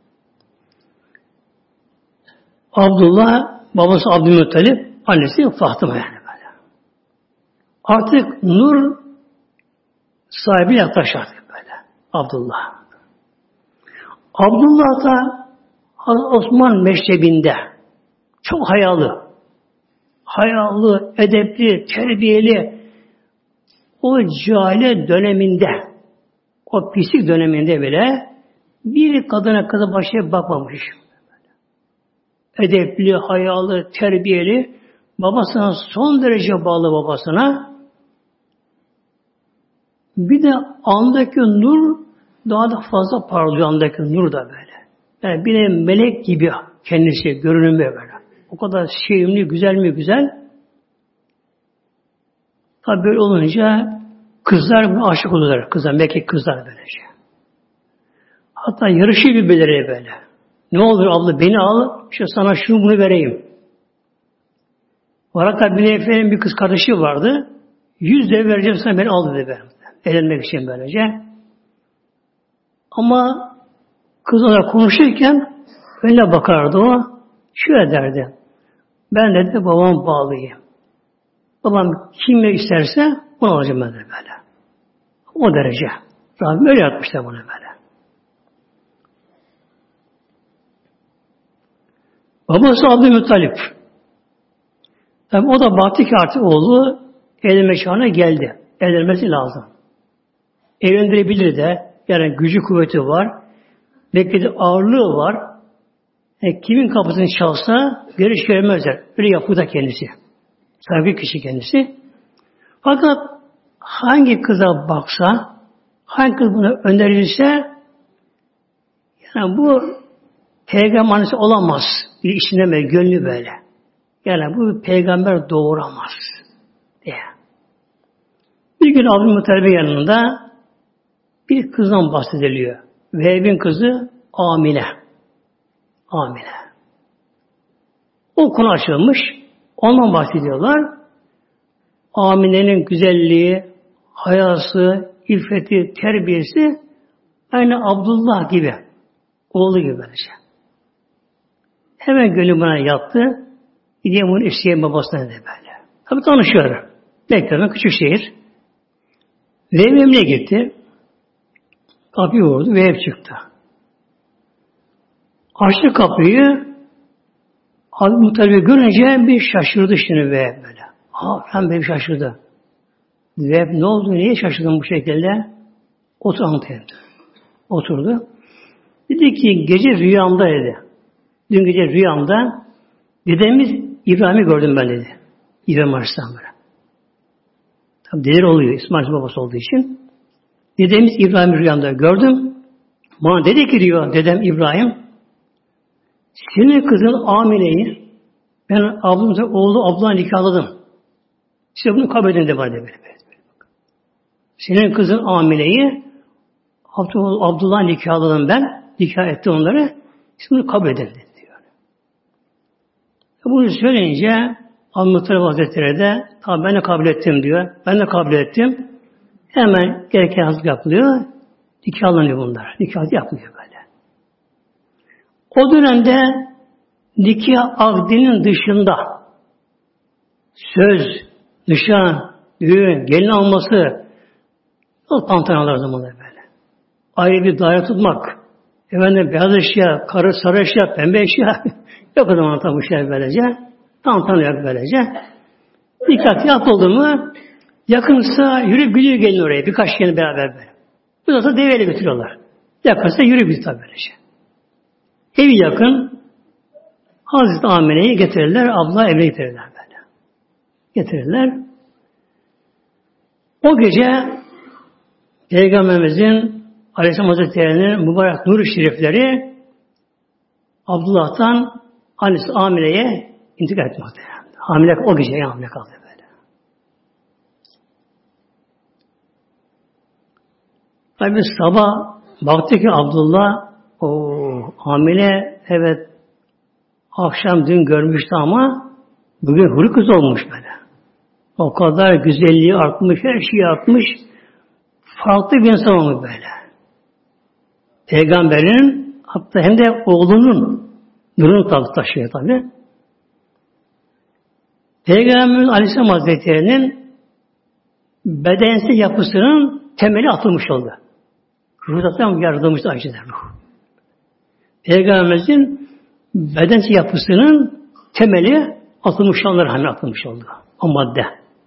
Abdullah, babası Abdülmuttalip, annesi Fatıma yani böyle. Artık nur sahibi yaklaşır böyle. Abdullah. Abdullah da Osman meşrebinde çok hayalı, hayalı, edepli, terbiyeli o cahile döneminde, o pislik döneminde bile bir kadına kıza başa bakmamış. Edepli, hayalı, terbiyeli, babasına son derece bağlı babasına. Bir de andaki nur daha da fazla parlıyor, andaki nur da böyle. Yani bir de melek gibi kendisi görünümü böyle. O kadar sevimli, güzel mi güzel. Tabi böyle olunca kızlar buna aşık oluyorlar. Kızlar, Mekke kızlar böylece. Hatta yarışı birbirleri böyle. Ne olur abla beni al, işte sana şunu bunu vereyim. Varaka bin Efe'nin bir kız kardeşi vardı. Yüz dev vereceğim sana beni al dedi ben. Eğlenmek için böylece. Ama Kız ona konuşurken önüne bakardı o. Şöyle derdi. Ben dedi babam bağlıyım. Babam kimle isterse onu alacağım ben de böyle. O derece. Rabbim öyle yapmışlar bunu böyle. Babası Abdülmuttalip. Tabi o da baktı ki artık oğlu evlenme çağına geldi. Evlenmesi lazım. Evlendirebilir de. Yani gücü kuvveti var. Belki de ağırlığı var. Yani kimin kapısını çalsa geri çevirmezler. Öyle yapıyor da kendisi. Saygı kişi kendisi. Fakat hangi kıza baksa, hangi kız buna önerilse, yani bu peygamber annesi olamaz diye içinde böyle, gönlü böyle. Yani bu peygamber doğuramaz diye. Bir gün Abdülmuttalib'in yanında bir kızdan bahsediliyor. Vehb'in kızı Amine. Amine. O konu açılmış. Ondan bahsediyorlar. Amine'nin güzelliği, hayası, iffeti, terbiyesi aynı Abdullah gibi. Oğlu gibi böylece. Hemen gönlü buna yattı. Gideyim bunu isteyeyim babasına dedi böyle. Tabii tanışıyor. Beklerden küçük şehir. Vehb evine gitti. Kapıyı vurdu. Vehb çıktı. Açtı kapıyı. Abdülmuttalib'i görünce bir şaşırdı şimdi Vehb böyle. Aa, ben bir şaşırdı. Vehb ne oldu? Niye şaşırdın bu şekilde? Otur anlatayım. Oturdu. Dedi ki gece rüyamda dedi. Dün gece rüyamda dedemiz İbrahim'i gördüm ben dedi. İbrahim Aleyhisselam böyle. Tabi dedir oluyor İsmail babası olduğu için. Dedemiz İbrahim'i rüyamda gördüm. Bana dedi ki diyor dedem İbrahim, senin kızın Amine'yi ben ablamıza oğlu Abdullah'a nikahladım. Size bunu kabul edin de bana de böyle. Senin kızın Amine'yi Abdullah'a nikahladım ben. Nikah etti onları. Siz bunu kabul edin dedi diyor. Bunu söyleyince Abdülmuttalip Hazretleri de tabi ben de kabul ettim diyor. Ben de kabul ettim. Hemen gereken hazırlık yapılıyor. Nikahlanıyor bunlar. Nikah yapılıyor böyle. O dönemde nikah akdinin dışında söz, nişan, düğün, gelin alması o tantanalar zamanları böyle. Ayrı bir daire tutmak. Efendim beyaz eşya, karı sarı eşya, pembe eşya yok o zaman tabi bu şey böylece. Tantana yok böylece. Nikah yapıldı mı yakınsa yürüyüp gidiyor gelin oraya. Birkaç gelin beraber böyle. Bu da deveyle götürüyorlar. Yakınsa yürüyüp gidiyor tabi böylece. Evi yakın Hazreti Amine'yi getirirler. Abla evine getirirler böyle. Getirirler. O gece Peygamberimizin Aleyhisselam Hazretleri'nin mübarek nur-u şerifleri Abdullah'tan annesi Amine'ye intikal etmekte. Hamile, o gece hamile kaldı böyle. Tabi sabah baktı ki Abdullah o hamile evet akşam dün görmüştü ama bugün huri kız olmuş böyle. O kadar güzelliği artmış, her şeyi artmış. Farklı bir insan olmuş böyle. Peygamberin hatta hem de oğlunun nurunu taşıyor tabi. Peygamberin Aleyhisselam Hazretleri'nin bedensi yapısının temeli atılmış oldu. Ruhdan yaratılmış acıdır ruh. Peygamberimizin bedensi yapısının temeli atılmış olanlar hani atılmış oldu. O madde.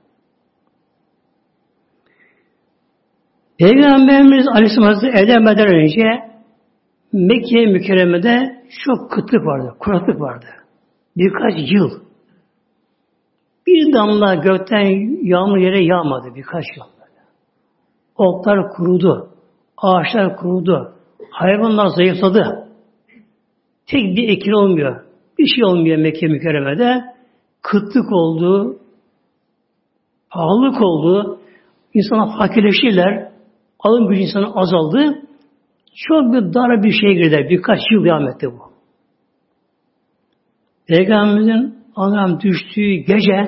Peygamberimiz Aleyhisselam Hazretleri evlenmeden önce Mekke mükerremede çok kıtlık vardı, kuraklık vardı. Birkaç yıl. Bir damla gökten yağmur yere yağmadı birkaç yıl. Otlar kurudu, ağaçlar kurudu, hayvanlar zayıfladı. Tek bir ekin olmuyor. Bir şey olmuyor Mekke mükerremede. Kıtlık oldu, pahalılık oldu, insanlar fakirleştiler, alım gücü insanın azaldı. Çok bir dar bir şeye girdiler. Birkaç yıl devam etti bu. Peygamberimizin Allah'ın düştüğü gece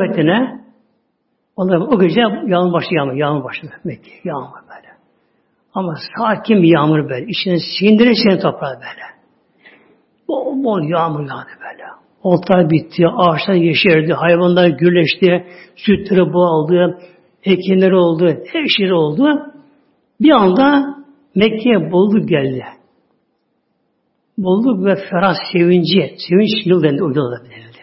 hürmetine Allah o gece yağmur başladı. Yağmur, yağmur başladı. Mekke yağmur böyle. Ama sakin bir yağmur böyle. İçine sindire sindire toprağı böyle. Bol bol yağmur yağdı böyle. Otlar bitti, ağaçlar yeşerdi, hayvanlar gürleşti, sütleri boğaldı, ekinler oldu, her şey oldu. Bir anda Mekke'ye bolluk geldi. Bolluk ve ferah sevinci, sevinç yıl dendi, o yılda denildi.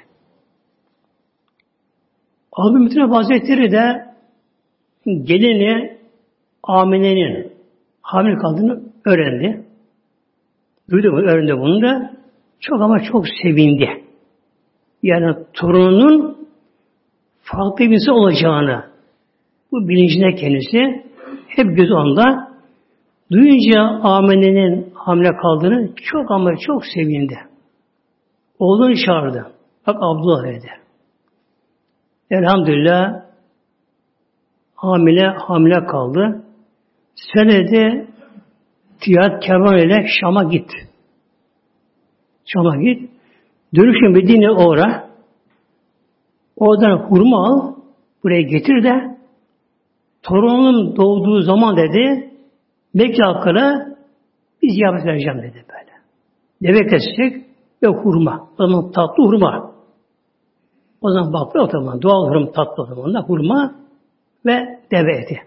Abdülmuttalip Hazretleri de gelini Amine'nin hamile kaldığını öğrendi. Duydu mu, öğrendi bunu da. Çok ama çok sevindi. Yani torununun farklı birisi olacağını, bu bilincine kendisi hep gözü onda. Duyunca Amine'nin hamile kaldığını çok ama çok sevindi. Oğlunu çağırdı. Bak Abdullah dedi. Elhamdülillah hamile hamile kaldı. Sen de ticaret kervan ile Şam'a git. Şam'a git. Dönüşün Medine'ye uğra. Oradan hurma al. Buraya getir de torunum doğduğu zaman dedi Mekke halkına bir ziyaret vereceğim dedi böyle. Deve kesecek ve hurma. O zaman tatlı hurma. O zaman baklı o zaman. Doğal hurma tatlı o zaman da hurma ve deve eti.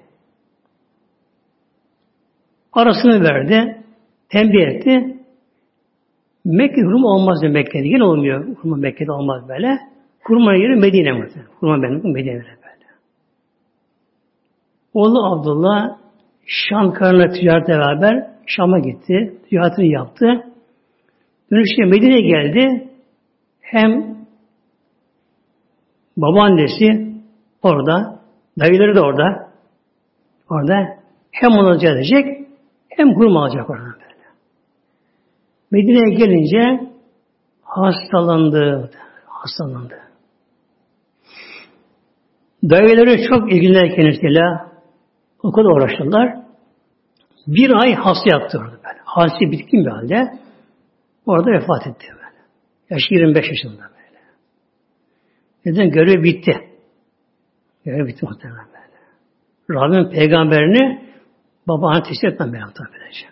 Arasını verdi. Tembih etti. Mekke hurma olmaz diyor Mekke'de. Yine olmuyor. Hurma Mekke'de olmaz böyle. Hurma yeri Medine mi? Hurma benim Medine böyle. Oğlu Abdullah Şam karına ticarete beraber Şam'a gitti. Ticaretini yaptı. Dönüşte Medine'ye geldi. Hem babaannesi orada, dayıları da orada. Orada hem onu edecek hem hurma alacak oradan böyle. Medine'ye gelince hastalandı. Hastalandı. Dayıları çok ilgilenir kendisiyle. O kadar uğraştılar. Bir ay hasta yattı orada böyle. Hastası bitkin bir halde. Orada vefat etti böyle. Yaşı yirmi beş yaşında böyle. Neden? Görev bitti. Görev bitti muhtemelen böyle. Rabbim peygamberini babana teslim etmem ben yaptım böylece.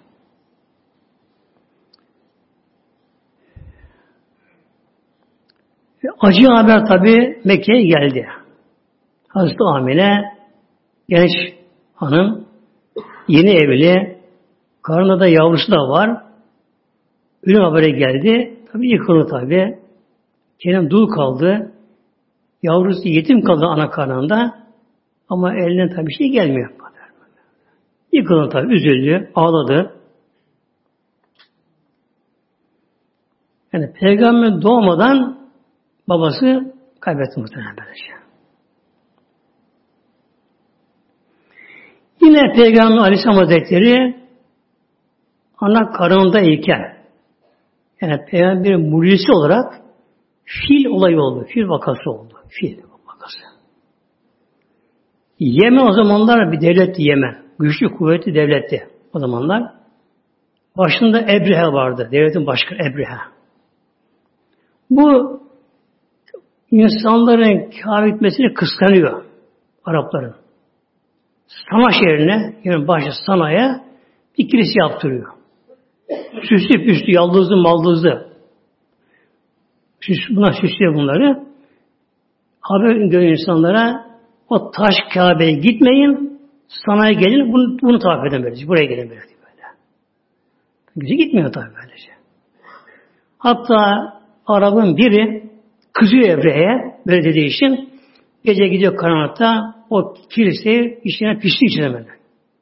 Ve acı haber tabi Mekke'ye geldi. Hazreti Amine genç hanım, yeni evli, karnında da yavrusu da var. Ölüm haberi geldi. Tabi yıkıldı tabi. Kendine dul kaldı. Yavrusu yetim kaldı ana karnında. Ama eline tabi şey gelmiyor. Yıkıldı tabi, üzüldü, ağladı. Yani peygamber doğmadan babası kaybetti muhtemelen böylece. Yine Peygamber Aleyhisselam Hazretleri ana karnındayken yani Peygamber'in mucizesi olarak fil olayı oldu. Fil vakası oldu. Fil vakası. Yemen o zamanlar bir devletti Yemen. Güçlü, kuvvetli devletti o zamanlar. Başında Ebrehe vardı. Devletin başkanı Ebrehe. Bu insanların Kabe gitmesini kıskanıyor Arapların. Sana şehrine, yani başı Sana'ya bir kilise yaptırıyor. Süslü püslü, yaldızlı maldızlı. Süs, buna süslüyor bunları. Haber gören insanlara o taş Kabe'ye gitmeyin, Sana'ya gelin, bunu, bunu takip edin böylece. Buraya gelin böyle. Güzel gitmiyor tabii böylece. Hatta Arap'ın biri kızıyor Ebrehe'ye, böyle dediği için gece gidiyor karanlıkta o kiliseyi içine pislik içine böyle.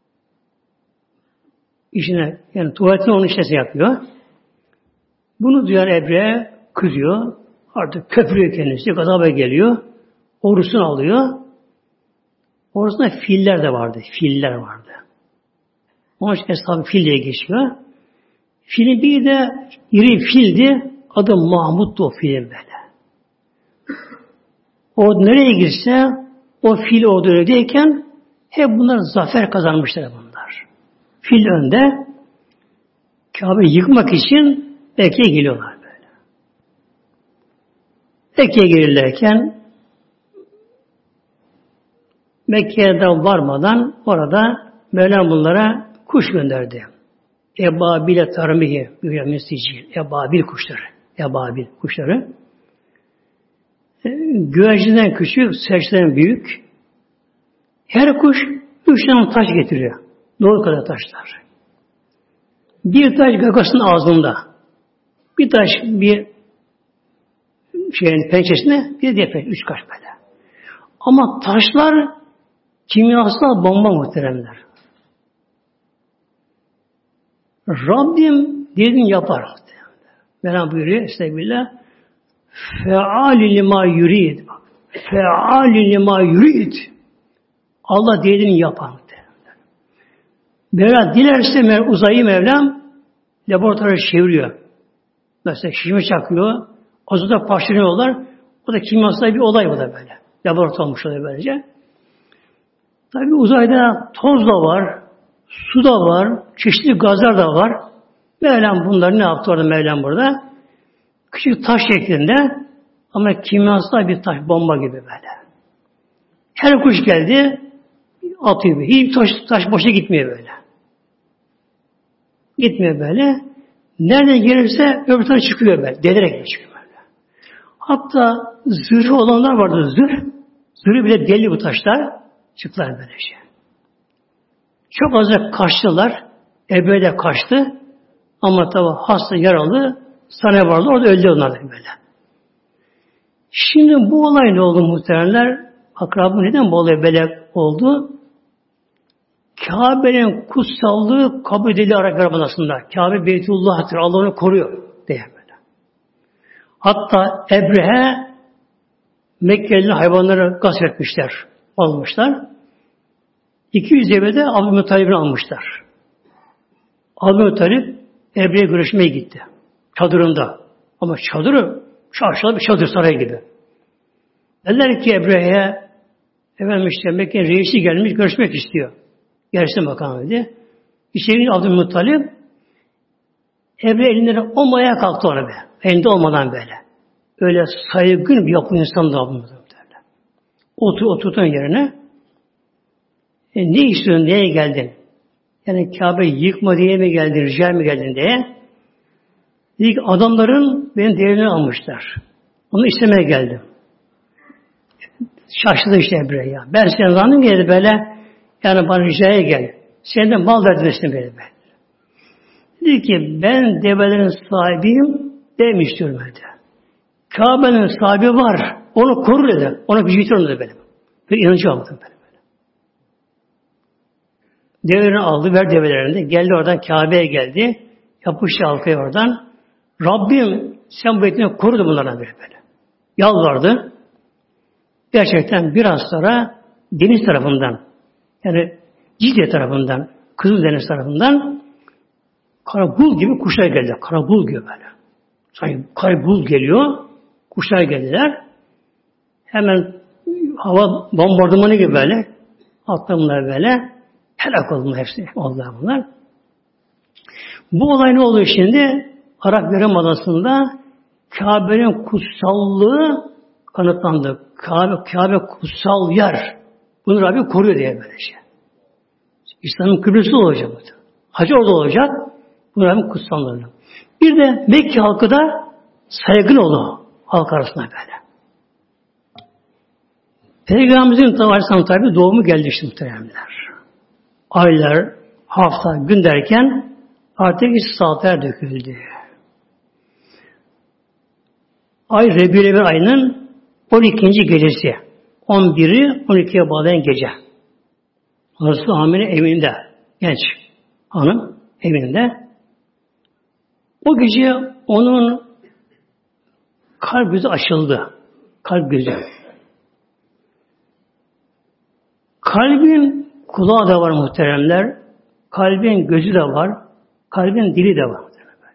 İçine, yani tuvaletini onun içine yapıyor. Bunu duyan Ebrehe kızıyor. Artık köpürüyor kendisi. Gazaba geliyor. Orusunu alıyor. Orusunda filler de vardı. Filler vardı. Onun için hesabı fil diye geçiyor. Filin bir de iri fildi. Adı Mahmud'du o filin böyle. O nereye girse o fil orada öyleyken hep bunlar zafer kazanmışlar bunlar. Fil önde Kabe'yi yıkmak için Mekke'ye geliyorlar böyle. Mekke'ye gelirlerken Mekke'ye de varmadan orada Mevlam bunlara kuş gönderdi. Ebabil'e tarmihi büyüyen sicil. Ebabil kuşları. Ebabil kuşları. E, güvercinden küçük, serçeden büyük. Her kuş üç tane taş getiriyor. Doğru kadar taşlar. Bir taş gagasının ağzında. Bir taş bir şeyin pençesinde, bir diğer pençesinde. Üç taş böyle. Ama taşlar kimyasal bomba muhteremler. Rabbim dediğini yapar. Mevlam buyuruyor Estağfirullah. Fe'ali lima yurid. Fe'ali lima yurid. Allah dediğini yapar. Mevlam dilerse uzayı Mevlam laboratuvara çeviriyor. Mesela şişme çakıyor. Azota parçalıyorlar. O da kimyasal bir olay bu da böyle. Laboratuvar olmuş oluyor böylece. Tabi uzayda toz da var, su da var, çeşitli gazlar da var. Mevlam bunları ne yaptı orada Mevlam burada? Küçük taş şeklinde ama kimyasal bir taş, bomba gibi böyle. Her kuş geldi, atıyor. Hiç taş, taş boşa gitmiyor böyle. Gitmiyor böyle. Nereden gelirse öbür tarafa çıkıyor böyle. Delerek çıkıyor böyle. Hatta zırhı olanlar vardı, zırh. Zırhı bile deli bu taşlar. Çıktılar böylece. Çok azı kaçtılar. Ebre'de de kaçtı. Ama tabi hasta, yaralı, sana vardı. Orada öldü onlar da böyle. Şimdi bu olay ne oldu muhteremler? Akrabı neden bu olay böyle oldu? Kabe'nin kutsallığı kabul edildi Arap arasında. Kabe Beytullah'tır. Allah onu koruyor diye böyle. Hatta Ebrehe Mekkeli'nin hayvanları gasp etmişler. Almışlar. iki yüz devede Abdülmuttalib'i almışlar. Abdülmuttalib Ebre'ye görüşmeye gitti. Çadırında. Ama çadırı şaşalı bir çadır sarayı gibi. Dediler ki Ebre'ye efendim işte Mekke'nin reisi gelmiş görüşmek istiyor. Gelsin bakalım dedi. İçeri Abdülmuttalib Ebre elinde olmaya kalktı ona be. Elinde olmadan böyle. Öyle saygın bir yapı insan da Abdülmuttalib. Otur, oturtun yerine e, ne istiyorsun, neye geldin? Yani Kabe'yi yıkma diye mi geldin, rica mi geldin diye. Dedi ki adamların benim değerini almışlar. Onu istemeye geldim. Şaşırdı işte Ebre ya. Ben senin zannım geldi böyle, yani bana ricaya gel. Senden mal verdirmesin beni be. Dedi ki ben develerin sahibiyim, dem istiyorum dedi. Kabe'nin sahibi var. Onu korur dedi. Ona gücü yitiyorum dedi benim. Bir inanıcı aldım benim. Develerini aldı, ver develerini de. Geldi oradan Kabe'ye geldi. Yapıştı halkaya oradan. Rabbim sen bu etini korudu bunlardan böyle böyle. Yalvardı. Gerçekten biraz sonra deniz tarafından yani Cidde tarafından, Kızıldeniz tarafından karabul gibi kuşlar geldi. Karabul gibi böyle. Sanki karabul geliyor. Kuşlar geldiler. Hemen hava bombardımanı gibi böyle. Atlamlar böyle. Helak oldu hepsi. Oldular bunlar. Bu olay ne oluyor şimdi? Arap Yarımadası'nda Kabe'nin kutsallığı kanıtlandı. Kabe, Kabe kutsal yer. Bunu Rabbi koruyor diye böyle şey. İslam'ın kıblesi olacak. Hacı orada olacak. Bunu Rabbim kutsallığını. Bir de Mekke halkı da saygın oldu halk arasında böyle. Peygamberimizin tabi tabi doğumu geldi işte muhteremler. Aylar, hafta, gün derken artık saatler döküldü. Ay Rebî'l-Evvel ayının on ikinci gecesi. on biri on ikiye bağlayan gece. Hazreti Amine evinde. Genç hanım evinde. O gece onun kalp gözü açıldı. Kalp gözü. Kalbin kulağı da var muhteremler. Kalbin gözü de var. Kalbin dili de var.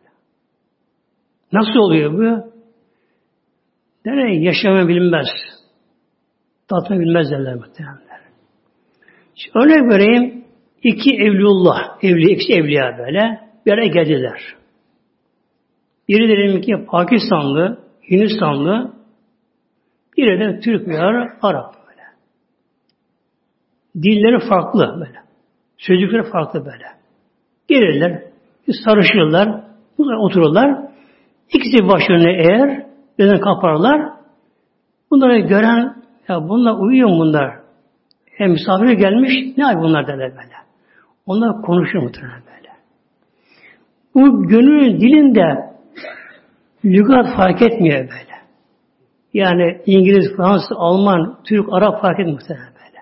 Nasıl oluyor bu? Nereye yaşamayı bilmez. Tatmayı bilmez derler muhteremler. Şimdi örnek vereyim. İki evliullah, evli, ikisi evliya böyle bir araya geldiler. Biri dedim ki Pakistanlı, Hindistanlı, biri de Türk veya Arap böyle. Dilleri farklı böyle. Sözcükleri farklı böyle. Gelirler, sarışırlar, otururlar. İkisi baş önüne eğer, gözden kaparlar. Bunları gören, ya bunlar uyuyor mu bunlar? Hem misafir gelmiş, ne ay bunlar derler böyle. Onlar konuşur muhtemelen böyle. Bu gönül dilinde lügat fark etmiyor böyle. Yani İngiliz, Fransız, Alman, Türk, Arap fark etmiyor muhtemelen böyle.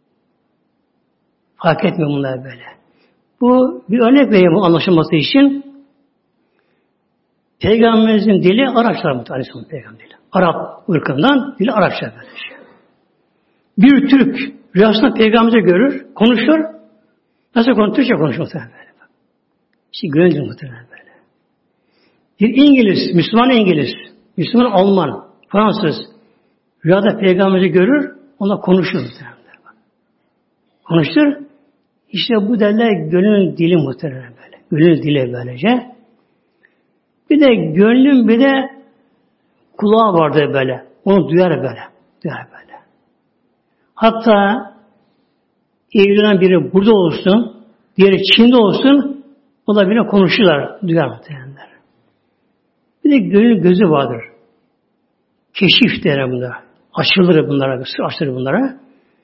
Fark etmiyor bunlar böyle. Bu bir örnek vereyim anlaşılması için. Peygamberimizin dili Arapça muhtemelen peygamber dili. Arap ırkından dili Arapça böyle şey. Bir Türk rüyasında peygamberi görür, konuşur. Nasıl konuşur? Türkçe konuşur muhtemelen böyle. İşte gönül muhtemelen böyle. Bir İngiliz, Müslüman İngiliz, Müslüman Alman, Fransız rüyada peygamberi görür, onunla konuşur muhtemelen. Konuştur. İşte bu derler gönül dili muhtemelen böyle. Gönül dili böylece. Bir de gönlün bir de kulağı vardır böyle. Onu duyar böyle. Duyar böyle. Hatta evlenen biri burada olsun, diğeri Çin'de olsun, o da bile konuşurlar, duyar muhtemelenler. Bir de gönül gözü vardır. Keşif der bunlar. Açılır bunlara, sır açılır bunlara.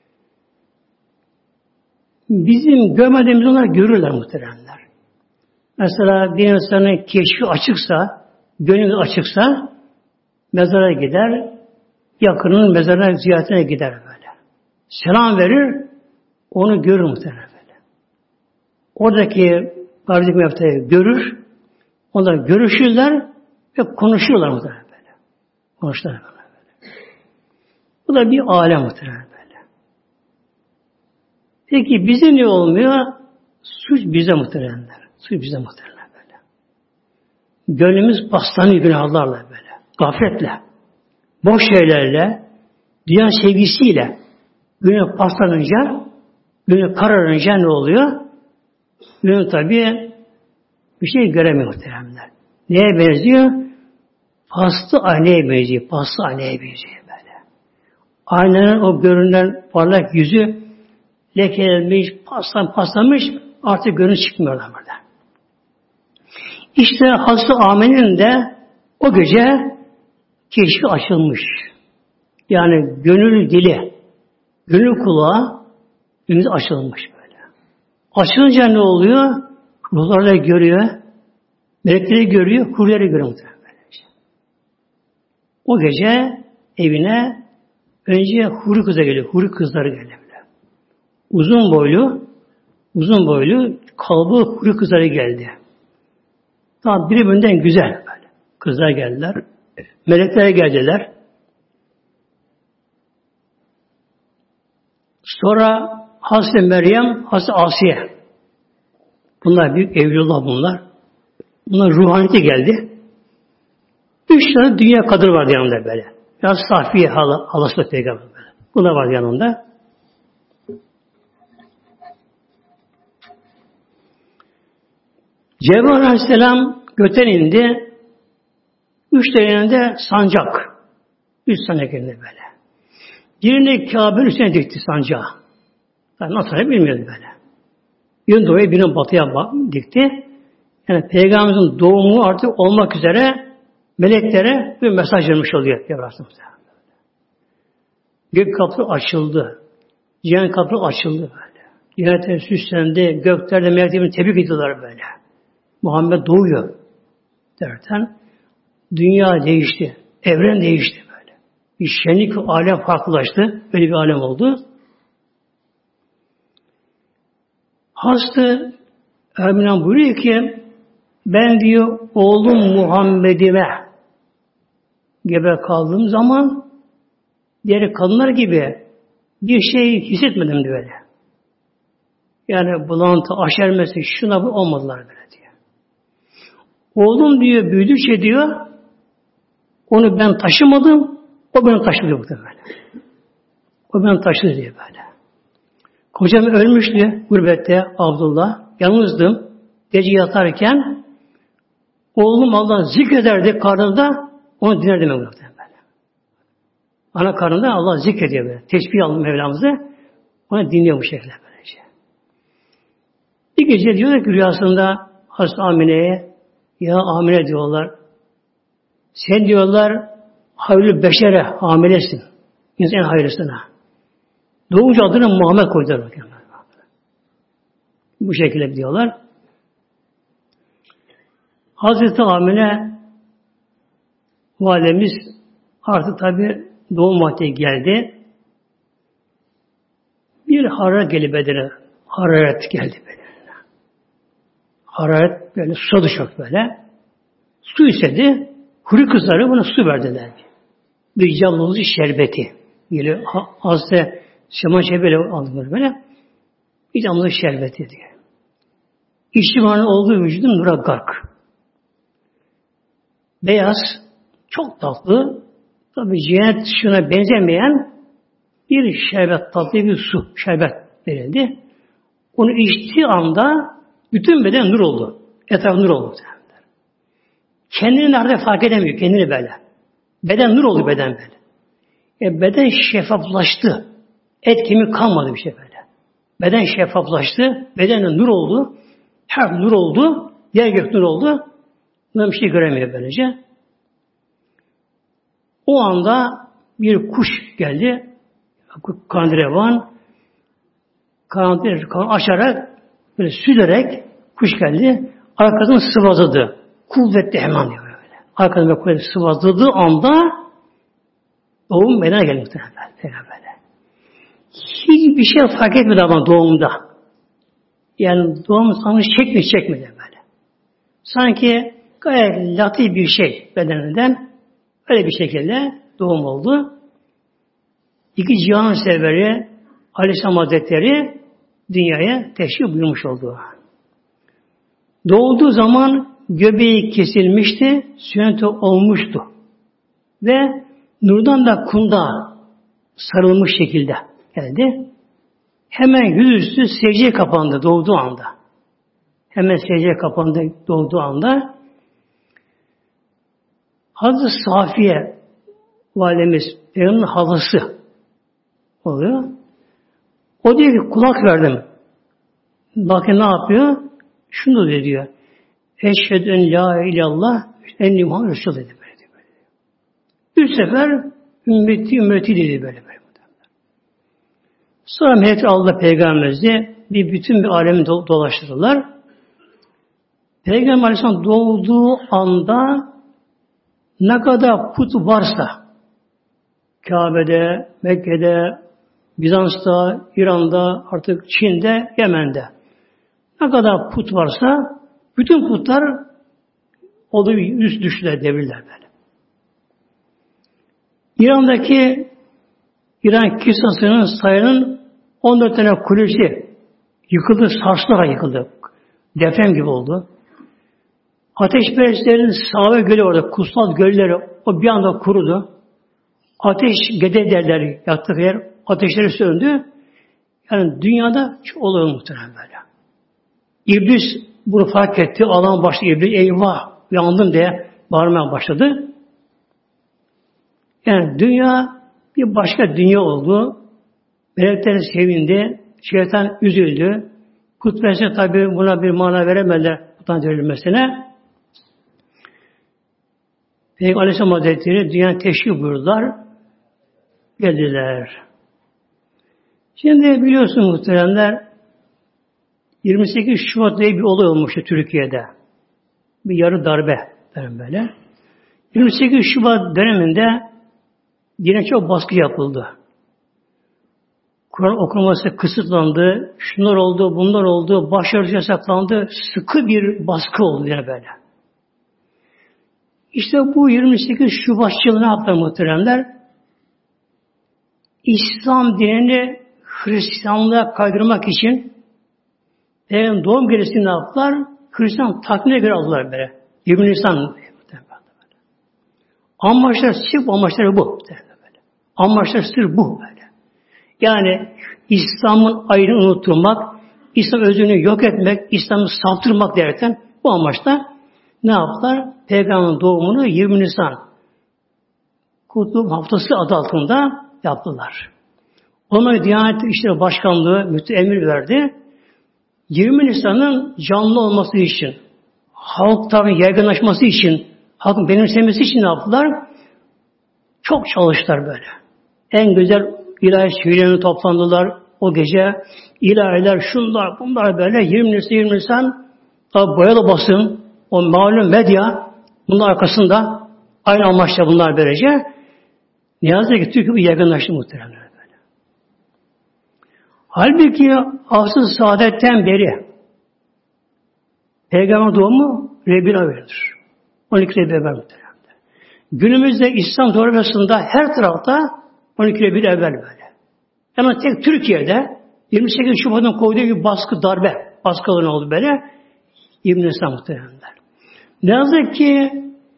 Bizim görmediğimiz onlar görürler muhtemelenler. Mesela bir insanın keşfi açıksa, gönlü açıksa, mezara gider, yakının mezarına ziyaretine gider böyle. Selam verir, onu görür muhtemelen böyle. Oradaki kardeşlik meftayı görür, onlar görüşürler ve konuşuyorlar muhtemelen böyle. Konuşurlar böyle. Bu da bir alem muhtemelen böyle. Peki bize ne olmuyor? Suç bize muhtemelenler. Suç bize muhtemelen böyle. Gönlümüz paslanıyor günahlarla böyle. Gafletle, boş şeylerle, dünya sevgisiyle gönül paslanınca, gönül kararınca ne oluyor? Gönül tabii bir şey göremiyor muhteremler. Neye benziyor? Paslı aynaya benziyor. Paslı aynaya benziyor böyle. Aynanın o görünen parlak yüzü lekelenmiş, paslan paslanmış, artık gönül çıkmıyor oradan burada. İşte Hazreti Amen'in de o gece keşfi açılmış. Yani gönül dili, gönül kulağı, gönül açılmış böyle. Açılınca ne oluyor? Ruhlarla görüyor, melekleri görüyor, kulları görüyor muhtemelen. O gece evine önce huri kızlar geliyor, huri kızları geliyor. Uzun boylu, uzun boylu, kalbi huri kızları geldi. Tam birbirinden güzel böyle. Kızlar geldiler, melekler geldiler. Sonra Hazreti Meryem, Hazreti Asiye. Bunlar büyük evliyaullah bunlar. Bunlar ruhaniyete geldi. Üç tane dünya kadını vardı yanında böyle. Biraz Safiye hala, halası da peygamber böyle. Bunlar vardı yanında. Cebrail Aleyhisselam gökten indi. Üç tane de sancak. Üç sancak elinde böyle. Birini Kabe'nin üstüne dikti sancağı. Yani nasıl bilmiyordu böyle. Birinin doğuya birinin batıya dikti. Yani Peygamberimizin doğumu artık olmak üzere meleklere bir mesaj vermiş oluyor. Gök kapı açıldı. Cihan kapı açıldı böyle. Cennete süslendi. Göklerde meleklerini tebrik ediyorlar böyle. Muhammed doğuyor derken dünya değişti. Evren değişti böyle. Bir şenlik alem farklılaştı. Böyle bir alem oldu. Hasta Erminan buyuruyor ki ben diyor oğlum Muhammed'ime gebe kaldığım zaman diğer kadınlar gibi bir şey hissetmedim diyor öyle. Yani bulantı, aşermesi, şuna bu olmadılar böyle diyor. Oğlum diyor büyüdükçe diyor onu ben taşımadım, o beni taşıdı bu böyle. O beni taşıdı diyor böyle. Kocam ölmüştü gurbette Abdullah. Yalnızdım. Gece yatarken oğlum Allah zikrederdi karnında onu dinlerdim ben böyle. Ana karnında Allah zikrediyor böyle. Tesbih aldım Mevlamızı. Onu dinliyor bu şekilde böylece. Bir gece diyorlar ki rüyasında Hazreti Amine'ye, ya Amine diyorlar, sen diyorlar hayırlı beşere hamilesin. İnsan en hayırlısına. Doğunca adına Muhammed koydular. Bu şekilde diyorlar. Hazreti Amine validemiz artık tabi doğum vakti geldi. Bir hararet geldi bedene. Hararet geldi bedenine. Hararet böyle susadı çok böyle. Su istedi. Kuru kızları buna su verdiler. Bir camlısı şerbeti. Böyle Hazreti Şeman şerbeti aldılar böyle. Bir camlısı şerbeti diye. İçtimanın olduğu vücudun nura gark. Beyaz, çok tatlı, tabi cennet suyuna benzemeyen bir şerbet, tatlı bir su, şerbet verildi. Onu içtiği anda bütün beden nur oldu. Etraf nur oldu. Kendini nerede fark edemiyor, kendini böyle. Beden nur oldu beden böyle. E beden şeffaflaştı. Et kemik kalmadı bir şey böyle. Beden şeffaflaştı, beden nur oldu. Her nur oldu, yer gök nur oldu. Bundan bir şey göremiyor böylece. O anda bir kuş geldi. Kandrevan kanatları açarak böyle süzerek kuş geldi. Arkasını sıvazladı. Kuvvetli hemen diyor böyle. Arkasını kuvvetli sıvazladığı anda doğum meydana geldi muhtemelen böyle. Hiçbir şey fark etmedi ama doğumda. Yani doğum sanki çekmedi çekmedi böyle. Sanki gayet latif bir şey bedeninden öyle bir şekilde doğum oldu. İki cihan severi Aleyhisselam Hazretleri dünyaya teşrif buyurmuş oldu. Doğduğu zaman göbeği kesilmişti, sünnet olmuştu. Ve nurdan da kunda sarılmış şekilde geldi. Hemen yüzüstü secdeye kapandı doğduğu anda. Hemen secdeye kapandı doğduğu anda. Hazreti Safiye validemiz, Peygamber'in halası oluyor. O diyor ki kulak verdim. Bakın ne yapıyor? Şunu da diyor. Eşhedü en la ilallah enni Muhammed Resul dedi böyle diyor. Bir sefer ümmeti ümmeti dedi böyle böyle. Sonra melekler Allah Peygamberimizi bir bütün bir alemi dolaştırdılar. Peygamber Aleyhisselam doğduğu anda ne kadar put varsa Kabe'de, Mekke'de, Bizans'ta, İran'da, artık Çin'de, Yemen'de ne kadar put varsa bütün putlar olduğu yüz düştüler, devirler böyle. İran'daki İran Kisrası'nın sayının on dört tane kulesi yıkıldı, sarsılarak yıkıldı. Deprem gibi oldu. Ateşperestlerin Save Gölü orada, kutsal gölleri o bir anda kurudu. Ateş gede derler yaktık yer, ateşleri söndü. Yani dünyada çok oluyor muhtemelen böyle. İblis bunu fark etti, Allah'ın başladı, İblis eyvah yandım diye bağırmaya başladı. Yani dünya bir başka dünya oldu. Melekler sevindi, şeytan üzüldü. Kutbesi tabi buna bir mana veremediler utanç. Peygamber Aleyhisselam Hazretleri dünya teşrif buyurdular. Geldiler. Şimdi biliyorsunuz muhteremler yirmi sekiz Şubat diye bir olay olmuştu Türkiye'de. Bir yarı darbe böyle. yirmi sekiz Şubat döneminde yine çok baskı yapıldı. Kur'an okunması kısıtlandı. Şunlar oldu, bunlar oldu. Başarısı yasaklandı. Sıkı bir baskı oldu yine böyle. İşte bu yirmi sekiz Şubatçılı ne yaptılar muhteremler? İslam dinini Hristiyanlığa kaydırmak için Peygamber doğum gecesini ne yaptılar? Hristiyan takvimine göre aldılar böyle. yirmi Nisan. Amaçlar sırf amaçları bu. Amaçlar sırf bu böyle. Yani İslam'ın ayrını unutturmak, İslam özünü yok etmek, İslam'ı saptırmak derken bu amaçla ne yaptılar? Peygamber'in doğumunu yirmi Nisan Kurtuluş Haftası adı altında yaptılar. Onlara Diyanet İşleri Başkanlığı mütü emir verdi. yirmi Nisan'ın canlı olması için, halk tabi yaygınlaşması için, halkın benimsemesi için ne yaptılar? Çok çalıştılar böyle. En güzel ilahi şiirlerini toplandılar o gece. İlahiler, şunlar, bunlar böyle yirmi Nisan, yirmi Nisan tabi boyalı basın, o malum medya bunun arkasında aynı amaçla bunlar böylece. Ne yazık ki Türkiye bu yaygınlaştı muhtemelen böyle. Halbuki asıl saadetten beri Peygamber doğumu Rebi'l Evvel'dir. on iki Rebi'l Evvel muhtemelen. Günümüzde İslam coğrafyasında her tarafta on iki Rebi'l Evvel böyle. Ama tek Türkiye'de yirmi sekiz Şubat'ın koyduğu bir baskı, darbe baskılarına oldu böyle. yirmi Nisan muhtemelen. Ne yazık ki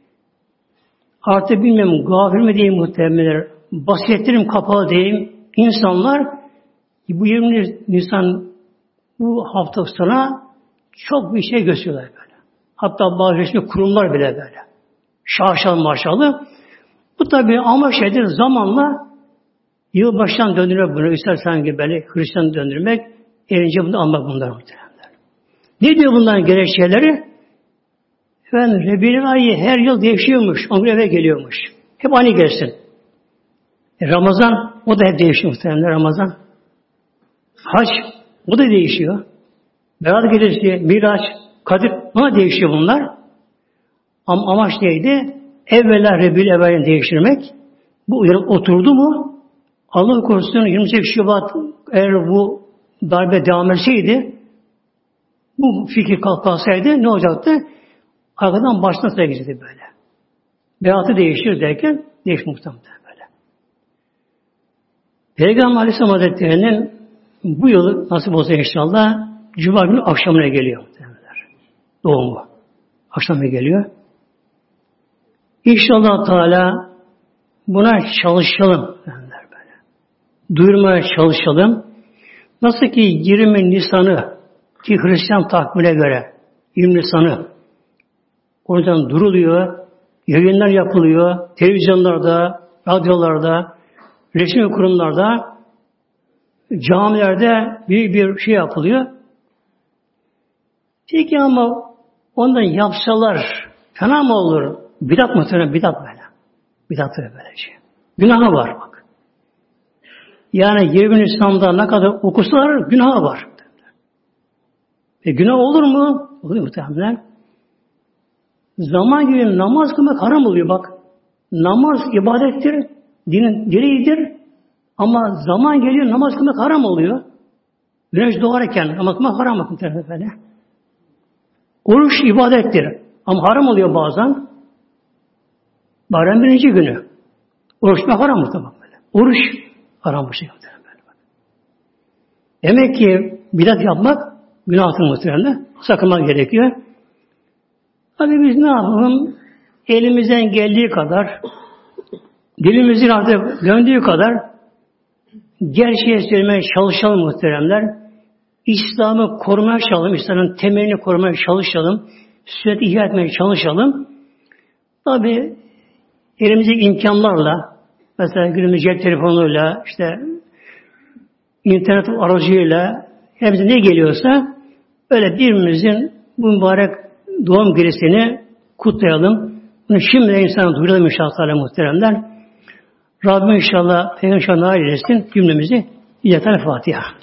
artık bilmem gafil mi diyeyim muhtemelen, basiretlerim kapalı diyeyim, insanlar bu yirmi Nisan bu hafta sonra çok bir şey gösteriyorlar böyle. Hatta bazı resmi kurumlar bile böyle. Şaşalı maşalı. Bu tabi ama şeydir zamanla yılbaşından döndürmek bunu istersen gibi böyle Hristiyan döndürmek, erince bunu almak bunlar muhtemelen. Ne diyor bunların gerekçeleri? Efendim Rebi'l ayı her yıl değişiyormuş. On eve geliyormuş. Hep aynı gelsin. E, Ramazan o da hep değişiyor muhtemelen Ramazan. Hac o da değişiyor. Berat gecesi, Miraç, Kadir ona değişiyor bunlar. Ama amaç neydi? Evvela Rebi'l Evvel'ini değiştirmek. Bu uyarı oturdu mu? Allah korusun yirmi sekiz Şubat eğer bu darbe devam etseydi, bu fikir kalksaydı ne olacaktı? Arkadan başına sıra gidecekti böyle. Beratı değişir derken değişmiş muhtemelen böyle. Peygamber Aleyhisselam Hazretleri'nin bu yıl nasip olsa inşallah Cuma günü akşamına geliyor muhtemelen. Doğumu. Akşamına geliyor. İnşallah Teala buna çalışalım. Böyle. Duyurmaya çalışalım. Nasıl ki yirmi Nisan'ı ki Hristiyan takvime göre yirmi Nisan'ı oradan duruluyor, yayınlar yapılıyor, televizyonlarda, radyolarda, resmi kurumlarda, camilerde büyük bir şey yapılıyor. Peki ama ondan yapsalar fena mı olur? Bidat mı? Bidat böyle. Bidatı böyle şey. Günahı var bak. Yani yirmi Nisan'da ne kadar okusalar günahı var. E günah olur mu? Olur muhtemelen. Zaman gibi namaz kılmak haram oluyor bak. Namaz ibadettir, dinin direğidir. Ama zaman geliyor namaz kılmak haram oluyor. Güneş doğarken namaz kılmak haram muhtemelen böyle. Oruç ibadettir. Ama haram oluyor bazen. Bayram birinci günü. Oruç tutmak haram muhtemelen böyle. Oruç haram bir şey muhtemelen böyle. Demek ki bidat yapmak günahtır muhtemelen. Sakınmak gerekiyor. Tabii biz ne yapalım? Elimizden geldiği kadar, dilimizin artık döndüğü kadar gerçeği söylemeye çalışalım muhteremler. İslam'ı korumaya çalışalım. İslam'ın temelini korumaya çalışalım. Sünneti ihya etmeye çalışalım. Tabii elimizdeki imkanlarla, mesela günümüz cep telefonuyla, işte internet aracıyla hepsi ne geliyorsa öyle birbirimizin bu mübarek doğum gecesini kutlayalım. Bunu şimdi insana duyuralım inşallah muhteremler. Rabbim inşallah Peygamber nail etsin cümlemizi. İlahi Fatiha.